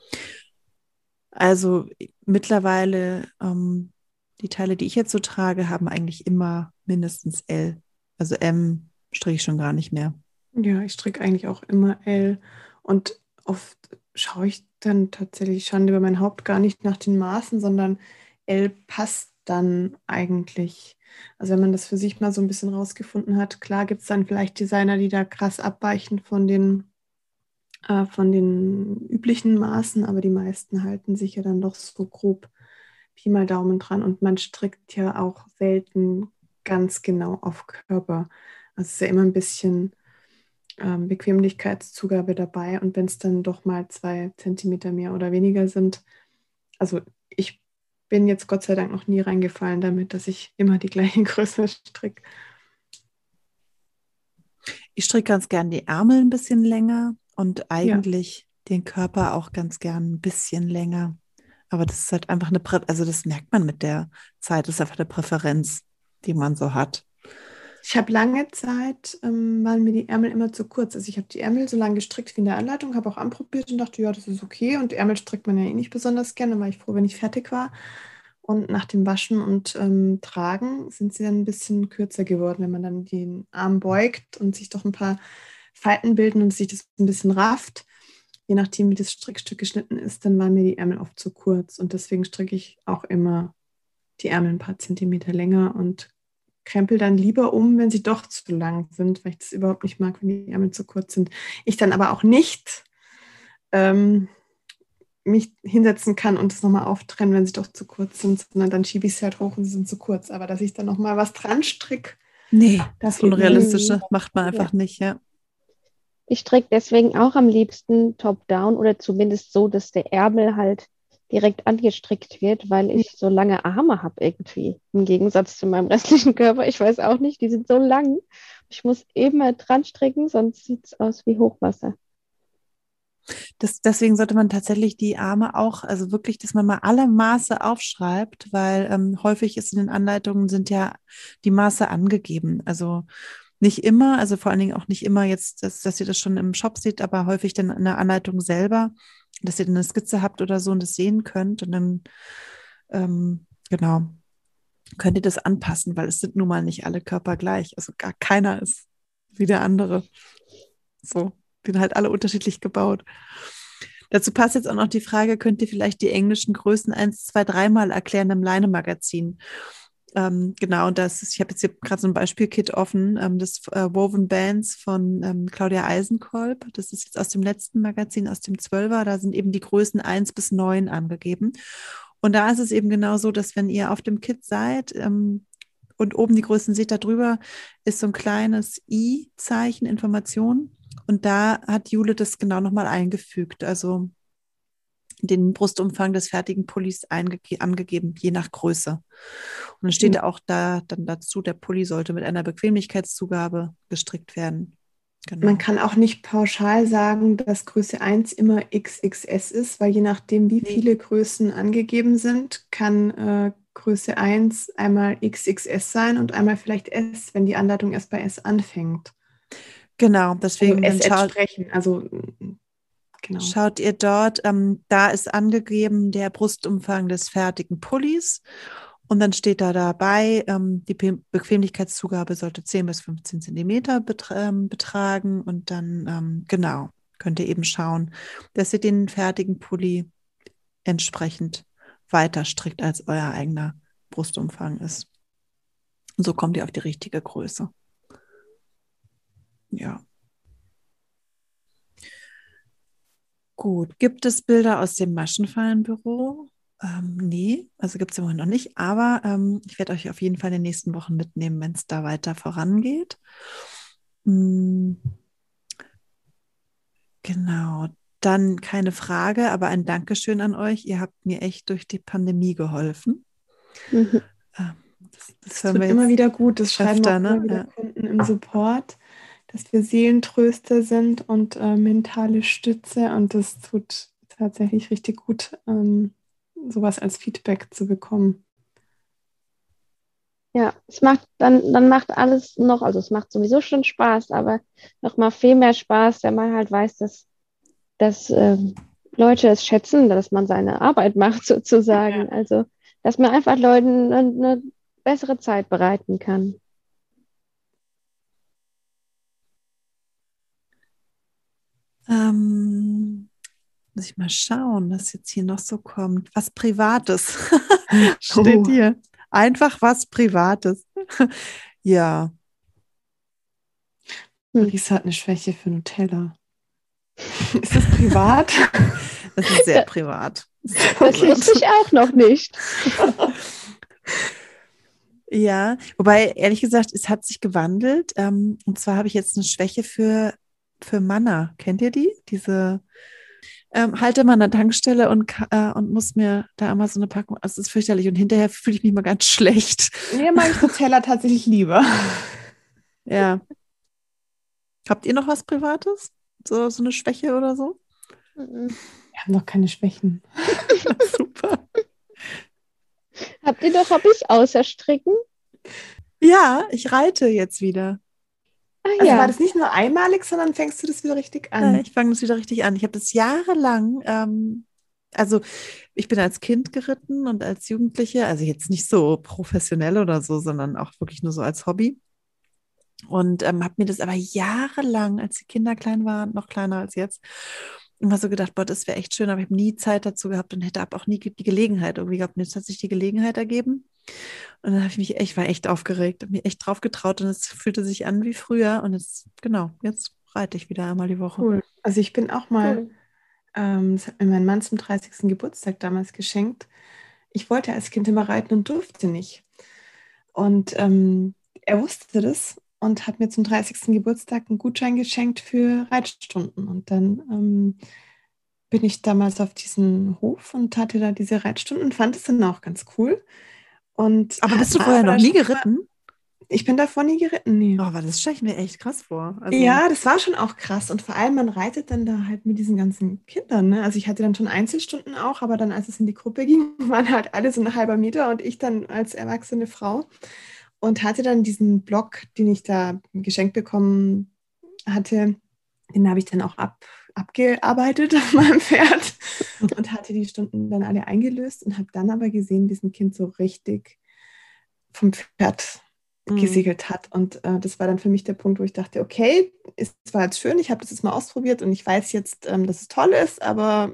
Speaker 1: Also mittlerweile, die Teile, die ich jetzt so trage, haben eigentlich immer mindestens L. Also M stricke ich schon gar nicht mehr.
Speaker 3: Ja, ich stricke eigentlich auch immer L und oft schaue ich dann tatsächlich Schande über mein Haupt gar nicht nach den Maßen, sondern L passt dann eigentlich. Also wenn man das für sich mal so ein bisschen rausgefunden hat, klar gibt es dann vielleicht Designer, die da krass abweichen von den üblichen Maßen, aber die meisten halten sich ja dann doch so grob Pi mal Daumen dran und man strickt ja auch selten ganz genau auf Körper. Also es ist ja immer ein bisschen Bequemlichkeitszugabe dabei und wenn es dann doch mal 2 Zentimeter mehr oder weniger sind, also ich bin jetzt Gott sei Dank noch nie reingefallen damit, dass ich immer die gleiche Größe stricke.
Speaker 1: Ich stricke ganz gern die Ärmel ein bisschen länger und
Speaker 3: Ja,
Speaker 1: eigentlich den Körper auch ganz gern ein bisschen länger. Aber das ist halt einfach also das merkt man mit der Zeit, das ist einfach eine Präferenz, die man so hat.
Speaker 3: ich habe lange Zeit, waren mir die Ärmel immer zu kurz. Also ich habe die Ärmel so lange gestrickt wie in der Anleitung, habe auch anprobiert und dachte, ja, das ist okay. Und Ärmel strickt man ja eh nicht besonders gerne, war ich froh, wenn ich fertig war. Und nach dem Waschen und Tragen sind sie dann ein bisschen kürzer geworden, wenn man dann den Arm beugt und sich doch ein paar Falten bilden und sich das ein bisschen rafft. Je nachdem, wie das Strickstück geschnitten ist, dann waren mir die Ärmel oft zu kurz. Und deswegen stricke ich auch immer die Ärmel ein paar Zentimeter länger und krempel dann lieber um, wenn sie doch zu lang sind, weil ich das überhaupt nicht mag, wenn die Ärmel zu kurz sind. Ich dann aber auch nicht ähm, mich hinsetzen kann und das nochmal auftrennen, wenn sie doch zu kurz sind, sondern dann schiebe ich sie halt hoch und sie sind zu kurz. Aber dass ich dann nochmal was dran stricke,
Speaker 1: Nee, das
Speaker 3: das geht mir nicht.
Speaker 2: Mhm.
Speaker 1: Unrealistische macht man
Speaker 2: Ja.
Speaker 1: einfach nicht, ja.
Speaker 2: Ich stricke deswegen auch am liebsten top-down oder zumindest so, dass der Ärmel halt direkt angestrickt wird, weil ich so lange Arme habe irgendwie. Im Gegensatz zu meinem restlichen Körper. Ich weiß auch nicht, die sind so lang. Ich muss immer dran stricken, sonst sieht es aus wie Hochwasser.
Speaker 1: Deswegen sollte man tatsächlich die Arme auch, also wirklich, dass man mal alle Maße aufschreibt, weil häufig ist in den Anleitungen sind ja die Maße angegeben. Also Nicht immer, also vor allen Dingen auch nicht immer jetzt, dass ihr das schon im Shop seht, aber häufig dann in der Anleitung selber, dass ihr dann eine Skizze habt oder so und das sehen könnt. Und dann, genau, könnt ihr das anpassen, weil es sind nun mal nicht alle Körper gleich. Also gar keiner ist wie der andere. So, die sind halt alle unterschiedlich gebaut. Dazu passt jetzt auch noch die Frage, könnt ihr vielleicht die englischen Größen 1, 2, 3 Mal erklären im Leine-Magazin? Genau, ich habe jetzt hier gerade so ein Beispiel-Kit offen, das Woven Bands von Claudia Eisenkolb. Das ist jetzt aus dem letzten Magazin, aus dem 12er. Da sind eben die Größen 1 bis 9 angegeben. Und da ist es eben genau so, dass wenn ihr auf dem Kit seid und oben die Größen seht, da drüber ist so ein kleines I-Zeichen, Information. Und da hat Jule das genau nochmal eingefügt. Also den Brustumfang des fertigen Pullis angegeben, je nach Größe. Und dann steht auch da dann dazu, der Pulli sollte mit einer Bequemlichkeitszugabe gestrickt werden. Genau.
Speaker 3: Man kann auch nicht pauschal sagen, dass Größe 1 immer XXS ist, weil je nachdem, wie viele Größen angegeben sind, kann Größe 1 einmal XXS sein und einmal vielleicht S, wenn die Anleitung erst bei S anfängt.
Speaker 1: Genau, deswegen
Speaker 3: S sprechen, also genau.
Speaker 1: Schaut ihr dort, da ist angegeben der Brustumfang des fertigen Pullis und dann steht da dabei, die Bequemlichkeitszugabe sollte 10 bis 15 Zentimeter betragen und dann, genau, könnt ihr eben schauen, dass ihr den fertigen Pulli entsprechend weiter strickt, als euer eigener Brustumfang ist. Und so kommt ihr auf die richtige Größe. Ja. Gut, gibt es Bilder aus dem Maschenfallenbüro? Nee, also gibt es im Moment noch nicht, aber ich werde euch auf jeden Fall in den nächsten Wochen mitnehmen, wenn es da weiter vorangeht. Genau, dann keine Frage, aber ein Dankeschön an euch. Ihr habt mir echt durch die Pandemie geholfen.
Speaker 3: Mhm. Das tut immer wieder gut, das schreiben
Speaker 1: öfter,
Speaker 3: auch immer wieder Kunden im Support, dass wir Seelentröster sind und mentale Stütze und das tut tatsächlich richtig gut, sowas als Feedback zu bekommen.
Speaker 2: Ja, es macht dann macht alles noch, also es macht sowieso schon Spaß, aber noch mal viel mehr Spaß, wenn man halt weiß, dass Leute es schätzen, dass man seine Arbeit macht sozusagen. Ja. Also, dass man einfach Leuten eine bessere Zeit bereiten kann.
Speaker 1: Muss ich mal schauen, was jetzt hier noch so kommt. Was Privates steht hier. Einfach was Privates. Ja.
Speaker 3: Marisa hat eine Schwäche für Nutella. Ist das privat?
Speaker 1: Das ist sehr privat.
Speaker 2: Das wusste ich auch noch nicht.
Speaker 1: Ja, wobei, ehrlich gesagt, es hat sich gewandelt. Und zwar habe ich jetzt eine Schwäche für Manna. Kennt ihr die? Diese halte mal an der Tankstelle und muss mir da immer so eine Packung, also das ist fürchterlich und hinterher fühle ich mich mal ganz schlecht.
Speaker 3: Mir mag ich Nutella tatsächlich lieber.
Speaker 1: Ja. Habt ihr noch was Privates? So eine Schwäche oder so?
Speaker 3: Wir haben noch keine Schwächen.
Speaker 1: Super.
Speaker 2: Habt ihr doch Hobbys außer Stricken?
Speaker 3: Ja, ich reite jetzt wieder. Also war das nicht nur einmalig, sondern fängst du das wieder richtig an?
Speaker 1: Ja, ich fange das wieder richtig an. Ich habe das jahrelang, also ich bin als Kind geritten und als Jugendliche, also jetzt nicht so professionell oder so, sondern auch wirklich nur so als Hobby. Und habe mir das aber jahrelang, als die Kinder klein waren, noch kleiner als jetzt, immer so gedacht, boah, das wäre echt schön, aber ich habe nie Zeit dazu gehabt und hätte auch nie die Gelegenheit irgendwie gehabt. Und jetzt hat sich die Gelegenheit ergeben. Und dann habe ich war echt aufgeregt, habe mich echt drauf getraut und es fühlte sich an wie früher. Und jetzt reite ich wieder einmal die Woche.
Speaker 3: Cool. Also ich bin auch mal, das hat mir mein Mann zum 30. Geburtstag damals geschenkt. Ich wollte als Kind immer reiten und durfte nicht. Und er wusste das und hat mir zum 30. Geburtstag einen Gutschein geschenkt für Reitstunden. Und dann bin ich damals auf diesen Hof und hatte da diese Reitstunden und fand es dann auch ganz cool.
Speaker 1: Aber bist du vorher noch nie geritten?
Speaker 3: Ich bin davor nie geritten, nee.
Speaker 1: Oh, aber das stelle ich mir echt krass vor. Also,
Speaker 3: ja, das war schon auch krass. Und vor allem, man reitet dann da halt mit diesen ganzen Kindern. Ne? Also ich hatte dann schon Einzelstunden auch, aber dann, als es in die Gruppe ging, waren halt alle so ein halber Meter und ich dann als erwachsene Frau. und hatte dann diesen Block, den ich da geschenkt bekommen hatte, den habe ich dann auch abgearbeitet auf meinem Pferd und hatte die Stunden dann alle eingelöst und habe dann aber gesehen, wie es ein Kind so richtig vom Pferd gesegelt hat. Und das war dann für mich der Punkt, wo ich dachte, okay, es war jetzt schön, ich habe das jetzt mal ausprobiert und ich weiß jetzt, dass es toll ist, aber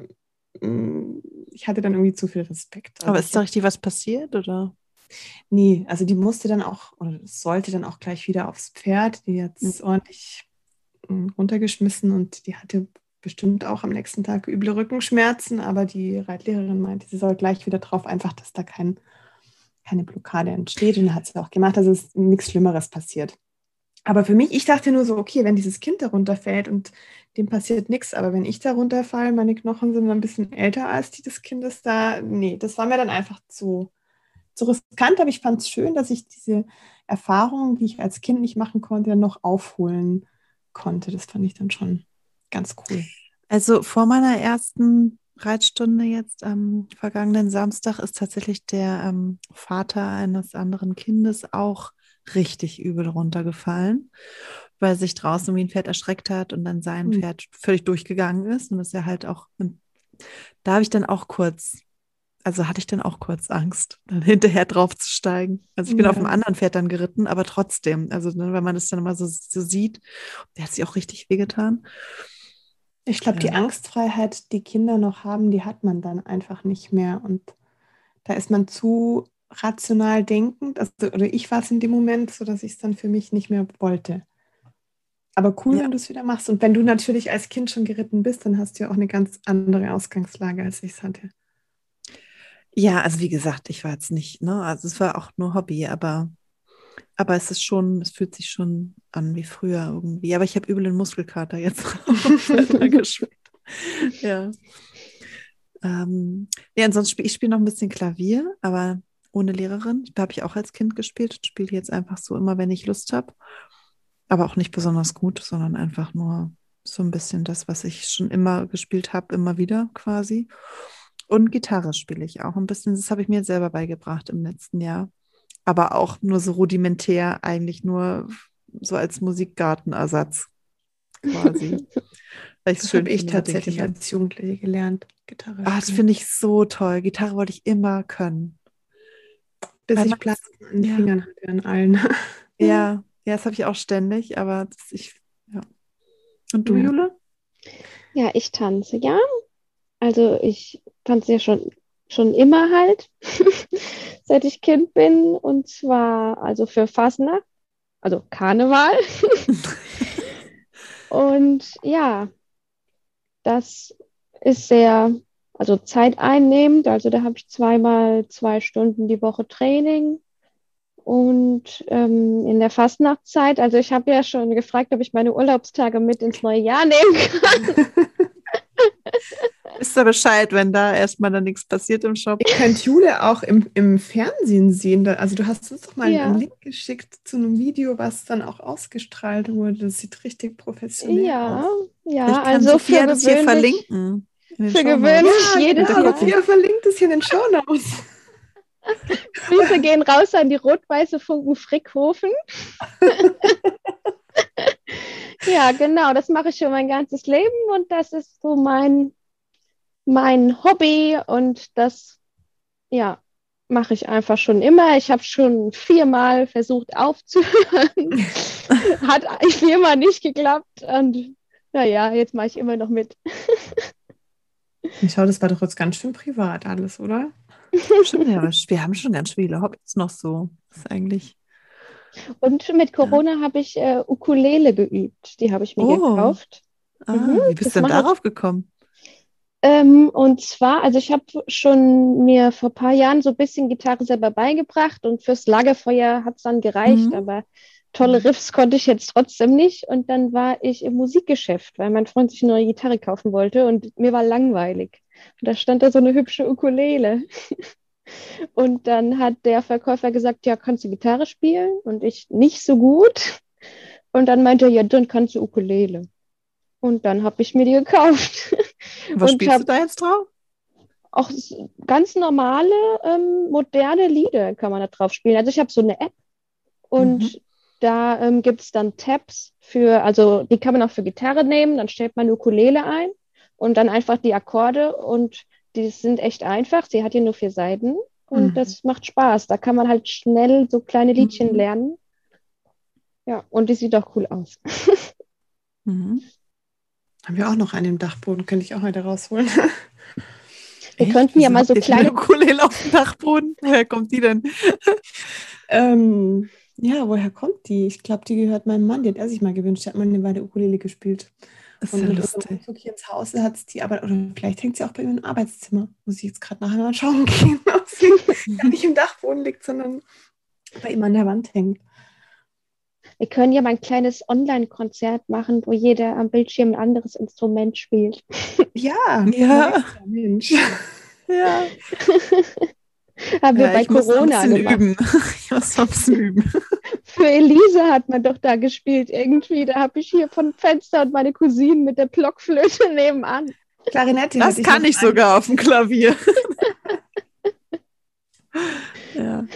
Speaker 3: ich hatte dann irgendwie zu viel Respekt. Also
Speaker 1: Aber ist da richtig was passiert, oder?
Speaker 3: nee, also die musste dann auch, oder sollte dann auch gleich wieder aufs Pferd, die jetzt ordentlich runtergeschmissen und die hatte bestimmt auch am nächsten Tag üble Rückenschmerzen, aber die Reitlehrerin meinte, sie soll gleich wieder drauf, einfach, dass da keine Blockade entsteht, und hat sie auch gemacht, also ist nichts Schlimmeres passiert. Aber für mich, ich dachte nur so, okay, wenn dieses Kind da runterfällt und dem passiert nichts, aber wenn ich da runterfalle, meine Knochen sind ein bisschen älter als die des Kindes da, nee, das war mir dann einfach zu riskant, aber ich fand es schön, dass ich diese Erfahrungen, die ich als Kind nicht machen konnte, noch aufholen konnte. Das fand ich dann schon ganz cool.
Speaker 1: Also vor meiner ersten Reitstunde jetzt am vergangenen Samstag ist tatsächlich der Vater eines anderen Kindes auch richtig übel runtergefallen, weil sich draußen wie ein Pferd erschreckt hat und dann sein Pferd völlig durchgegangen ist. Und das ist ja halt auch, da habe ich dann auch kurz, also hatte ich dann auch kurz Angst, dann hinterher drauf zu steigen. Also ich bin auf einem anderen Pferd dann geritten, aber trotzdem, also ne, wenn man das dann mal so sieht, der hat sich auch richtig wehgetan.
Speaker 3: Ich glaube, die Angstfreiheit, die Kinder noch haben, die hat man dann einfach nicht mehr. Und da ist man zu rational denkend. Also, oder ich war es in dem Moment, so dass ich es dann für mich nicht mehr wollte. Aber cool, wenn du es wieder machst. Und wenn du natürlich als Kind schon geritten bist, dann hast du ja auch eine ganz andere Ausgangslage, als ich es hatte.
Speaker 1: Ja, also wie gesagt, ich war jetzt nicht, ne, also es war auch nur Hobby, aber es ist schon, es fühlt sich schon an wie früher irgendwie. Aber ich habe übel den Muskelkater jetzt gespielt. Ja. Ja, ansonsten ich spiele noch ein bisschen Klavier, aber ohne Lehrerin. Da habe ich auch als Kind gespielt und spiele jetzt einfach so immer, wenn ich Lust habe. Aber auch nicht besonders gut, sondern einfach nur so ein bisschen das, was ich schon immer gespielt habe, immer wieder quasi. Und Gitarre spiele ich auch ein bisschen. Das habe ich mir selber beigebracht im letzten Jahr. Aber auch nur so rudimentär, eigentlich nur so als Musikgartenersatz quasi.
Speaker 3: Das habe ich tatsächlich als Jugendliche gelernt, Gitarre spielen.
Speaker 1: Das finde ich so toll. Gitarre wollte ich immer können.
Speaker 3: Bis ich Blasen an den Fingern hatte, an allen.
Speaker 1: Ja, das habe ich auch ständig, aber ja. Und du, Jule?
Speaker 2: Ja, ich tanze, ja. Also ich tanze ja schon immer halt, seit ich Kind bin. Und zwar also für Fasnacht, also Karneval. Und ja, das ist sehr, also zeiteinnehmend. Also da habe ich 2 Stunden die Woche Training. Und in der Fastnachtzeit, also ich habe ja schon gefragt, ob ich meine Urlaubstage mit ins neue Jahr nehmen kann.
Speaker 1: Wisst ihr Bescheid, wenn da erstmal dann nichts passiert im Shop?
Speaker 3: Ihr könnt Jule auch im Fernsehen sehen. Also du hast uns doch mal einen Link geschickt zu einem Video, was dann auch ausgestrahlt wurde. Das sieht richtig professionell aus.
Speaker 2: Ja,
Speaker 1: ich kann
Speaker 2: also
Speaker 1: Sophia das hier verlinken.
Speaker 2: Für gewöhnlich jedes Jahr.
Speaker 3: Sophia verlinkt es hier in den Shownotes.
Speaker 2: Grüße gehen raus an die Rot-Weiße Funken Frickhofen. Ja, genau, das mache ich schon mein ganzes Leben und das ist so mein Hobby und das, ja, mache ich einfach schon immer. Ich habe schon 4-mal versucht aufzuhören. Hat 4-mal nicht geklappt und naja, jetzt mache ich immer noch mit.
Speaker 3: Ich schaue, das war doch jetzt ganz schön privat alles, oder?
Speaker 1: Stimmt, ja, wir haben schon ganz viele Hobbys noch so. Das ist eigentlich.
Speaker 2: Und mit Corona habe ich Ukulele geübt. Die habe ich mir gekauft.
Speaker 1: Wie bist du denn darauf gekommen?
Speaker 2: Und zwar, also ich habe schon mir vor ein paar Jahren so ein bisschen Gitarre selber beigebracht und fürs Lagerfeuer hat es dann gereicht, aber tolle Riffs konnte ich jetzt trotzdem nicht. Und dann war ich im Musikgeschäft, weil mein Freund sich eine neue Gitarre kaufen wollte und mir war langweilig. Und da stand da so eine hübsche Ukulele. Und dann hat der Verkäufer gesagt, ja, kannst du Gitarre spielen? Und ich nicht so gut. Und dann meinte er, ja, dann kannst du Ukulele. Und dann habe ich mir die gekauft.
Speaker 1: Was spielst du da jetzt drauf?
Speaker 2: Auch ganz normale, moderne Lieder kann man da drauf spielen. Also ich habe so eine App Und da gibt es dann Tabs also die kann man auch für Gitarre nehmen, dann stellt man Ukulele ein und dann einfach die Akkorde und die sind echt einfach. Sie hat hier nur 4 Seiten und das macht Spaß. Da kann man halt schnell so kleine Liedchen lernen. Ja, und die sieht auch cool aus.
Speaker 3: Haben wir auch noch einen im Dachboden, könnte ich auch heute rausholen.
Speaker 2: Wir könnten ja mal so kleine
Speaker 1: Ukulele auf dem Dachboden. Woher kommt die denn?
Speaker 3: Ja, woher kommt die? Ich glaube, die gehört meinem Mann. Die hat er sich mal gewünscht. Der hat mal eine Weile Ukulele gespielt.
Speaker 1: Das ist
Speaker 3: Und
Speaker 1: ja
Speaker 3: mit
Speaker 1: lustig.
Speaker 3: unserem Umzug hier ins Haus hat es die aber, oder vielleicht hängt sie auch bei ihm im Arbeitszimmer. Muss ich jetzt gerade nachher mal schauen gehen, ob sie nicht im Dachboden liegt, sondern bei ihm an der Wand hängt.
Speaker 2: Wir können ja mal ein kleines Online-Konzert machen, wo jeder am Bildschirm ein anderes Instrument spielt.
Speaker 3: Ja. Mensch.
Speaker 1: Ja.
Speaker 2: Haben wir bei
Speaker 1: ich muss noch
Speaker 2: Corona
Speaker 1: ein bisschen
Speaker 2: gemacht.
Speaker 1: üben. Ich muss noch ein bisschen üben.
Speaker 2: Für Elise hat man doch da gespielt irgendwie. Da habe ich hier vom Fenster und meine Cousinen mit der Blockflöte nebenan.
Speaker 3: Klarinette.
Speaker 1: Das kann ich sogar auf dem Klavier. Ja.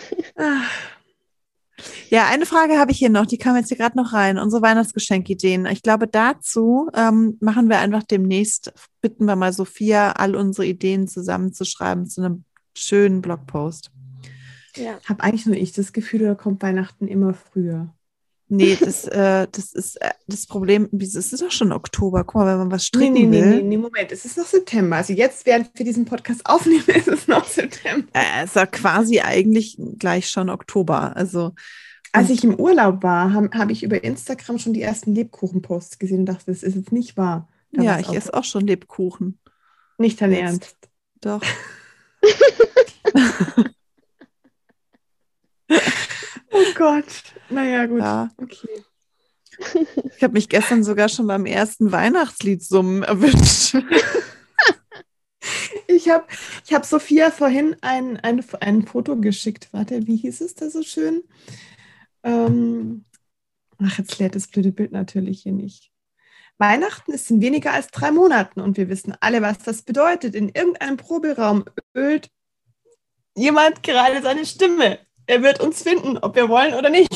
Speaker 1: Ja, eine Frage habe ich hier noch, die kam jetzt hier gerade noch rein, unsere Weihnachtsgeschenkideen. Ich glaube, dazu machen wir einfach demnächst, bitten wir mal Sophia, all unsere Ideen zusammenzuschreiben zu einem schönen Blogpost.
Speaker 2: Ja.
Speaker 3: Habe eigentlich nur ich das Gefühl, da kommt Weihnachten immer früher.
Speaker 1: Nee, das ist das Problem, es ist doch schon Oktober. Guck mal, wenn man was stricken will.
Speaker 3: Nee, Moment, es ist noch September. Also jetzt, während wir diesen Podcast aufnehmen, ist es noch September.
Speaker 1: Es ist ja quasi eigentlich gleich schon Oktober. Also
Speaker 3: als ich im Urlaub war, habe ich über Instagram schon die ersten Lebkuchen-Posts gesehen und dachte, das ist jetzt nicht wahr.
Speaker 1: Ja, ich esse auch schon Lebkuchen.
Speaker 3: Nicht dein Ernst.
Speaker 1: Doch.
Speaker 3: Oh Gott. Naja, gut.
Speaker 1: Ja.
Speaker 3: Okay.
Speaker 1: Ich habe mich gestern sogar schon beim ersten Weihnachtslied summen erwischt.
Speaker 3: Ich hab Sophia vorhin ein Foto geschickt. Warte, wie hieß es da so schön? Jetzt lädt das blöde Bild natürlich hier nicht. Weihnachten ist in weniger als 3 Monaten und wir wissen alle, was das bedeutet. In irgendeinem Proberaum ölt jemand gerade seine Stimme. Er wird uns finden, ob wir wollen oder nicht.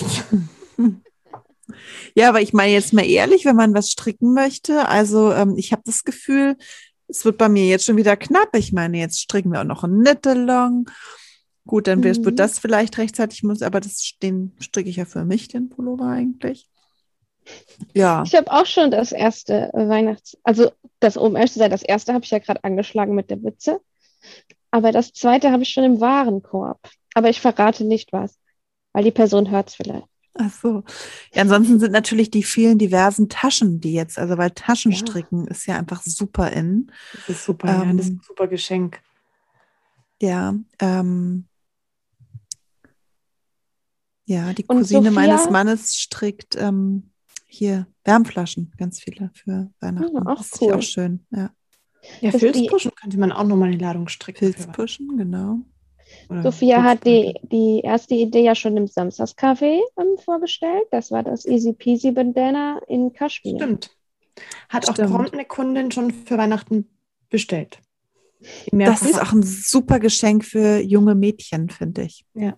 Speaker 1: Ja, aber ich meine jetzt mal ehrlich, wenn man was stricken möchte, also ich habe das Gefühl, es wird bei mir jetzt schon wieder knapp. Ich meine, jetzt stricken wir auch noch einen Knit-Along. Gut, dann wird das vielleicht rechtzeitig, aber den stricke ich ja für mich, den Pullover eigentlich. Ja.
Speaker 2: Ich habe auch schon das erste um ehrlich zu sein, das erste habe ich ja gerade angeschlagen mit der Witze. Aber das zweite habe ich schon im Warenkorb. Aber ich verrate nicht was, weil die Person hört es vielleicht.
Speaker 1: Ach so. Ja, ansonsten sind natürlich die vielen diversen Taschen, die jetzt, also weil Taschenstricken ist ja einfach super in.
Speaker 3: Das ist super, ja, das ist ein super Geschenk.
Speaker 1: Ja, die Cousine meines Mannes strickt hier Wärmflaschen, ganz viele für Weihnachten.
Speaker 2: Auch
Speaker 1: das ist
Speaker 2: cool.
Speaker 1: Auch schön, ja.
Speaker 3: Ja, Filzpuschen könnte man auch nochmal eine Ladung stricken.
Speaker 1: Filzpuschen, genau.
Speaker 3: Oder
Speaker 2: Sophia hat die erste Idee ja schon im Samstagscafé vorgestellt. Das war das Easy Peasy Bandana in Kaschmir.
Speaker 3: Stimmt. Hat auch prompt eine Kundin schon für Weihnachten bestellt.
Speaker 1: Das ist auch ein super Geschenk für junge Mädchen, finde ich.
Speaker 3: Ja.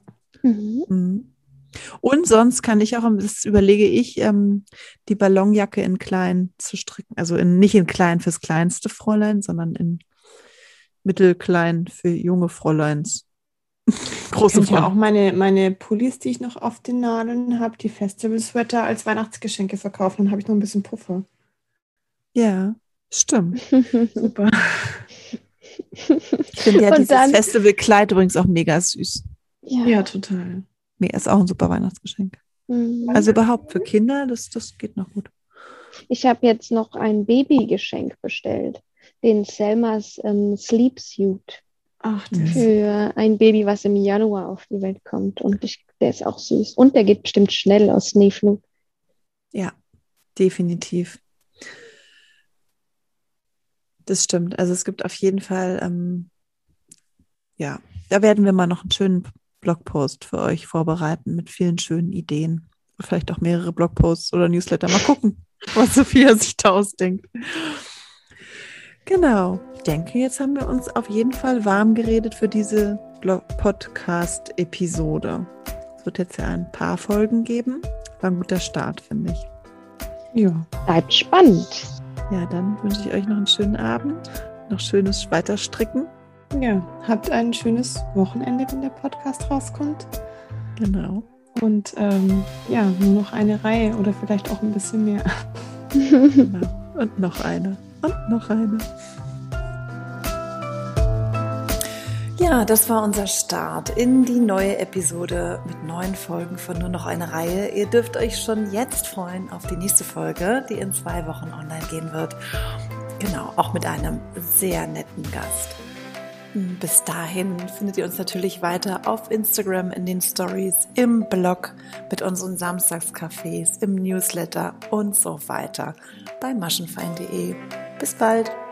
Speaker 1: Und sonst kann ich auch, das überlege ich, die Ballonjacke in klein zu stricken. Also nicht in klein fürs kleinste Fräulein, sondern in mittelklein für junge Fräuleins. Große Frau.
Speaker 3: Ja, auch meine Pullis, die ich noch auf den Nadeln habe, die Festival-Sweater als Weihnachtsgeschenke verkaufen. Dann habe ich noch ein bisschen Puffer.
Speaker 1: Ja, stimmt.
Speaker 3: Super.
Speaker 1: Ich finde ja dieses Festivalkleid übrigens auch mega süß.
Speaker 3: Ja, total.
Speaker 1: Mir ist auch ein super Weihnachtsgeschenk. Also überhaupt für Kinder, das geht noch gut.
Speaker 2: Ich habe jetzt noch ein Babygeschenk bestellt. Den Selmas Sleep Suit.
Speaker 3: Ach,
Speaker 2: für ein Baby, was im Januar auf die Welt kommt. Und der ist auch süß. Und der geht bestimmt schnell aus Schneeflug.
Speaker 1: Ja, definitiv. Das stimmt. Also es gibt auf jeden Fall, da werden wir mal noch einen schönen Blogpost für euch vorbereiten mit vielen schönen Ideen. Vielleicht auch mehrere Blogposts oder Newsletter. Mal gucken, was Sophia sich da ausdenkt. Genau. Ich denke, jetzt haben wir uns auf jeden Fall warm geredet für diese Podcast-Episode. Es wird jetzt ja ein paar Folgen geben. War ein guter Start, finde ich.
Speaker 3: Ja.
Speaker 2: Bleibt spannend.
Speaker 1: Ja, dann wünsche ich euch noch einen schönen Abend, noch schönes Weiterstricken.
Speaker 3: Ja, habt ein schönes Wochenende, wenn der Podcast rauskommt.
Speaker 1: Genau.
Speaker 3: Und nur noch eine Reihe oder vielleicht auch ein bisschen mehr.
Speaker 1: Genau. Und noch eine. Und noch eine. Ja, das war unser Start in die neue Episode mit 9 Folgen von Nur noch eine Reihe. Ihr dürft euch schon jetzt freuen auf die nächste Folge, die in 2 Wochen online gehen wird. Genau, auch mit einem sehr netten Gast. Bis dahin findet ihr uns natürlich weiter auf Instagram, in den Stories, im Blog, mit unseren Samstagscafés, im Newsletter und so weiter bei maschenfein.de. Bis bald!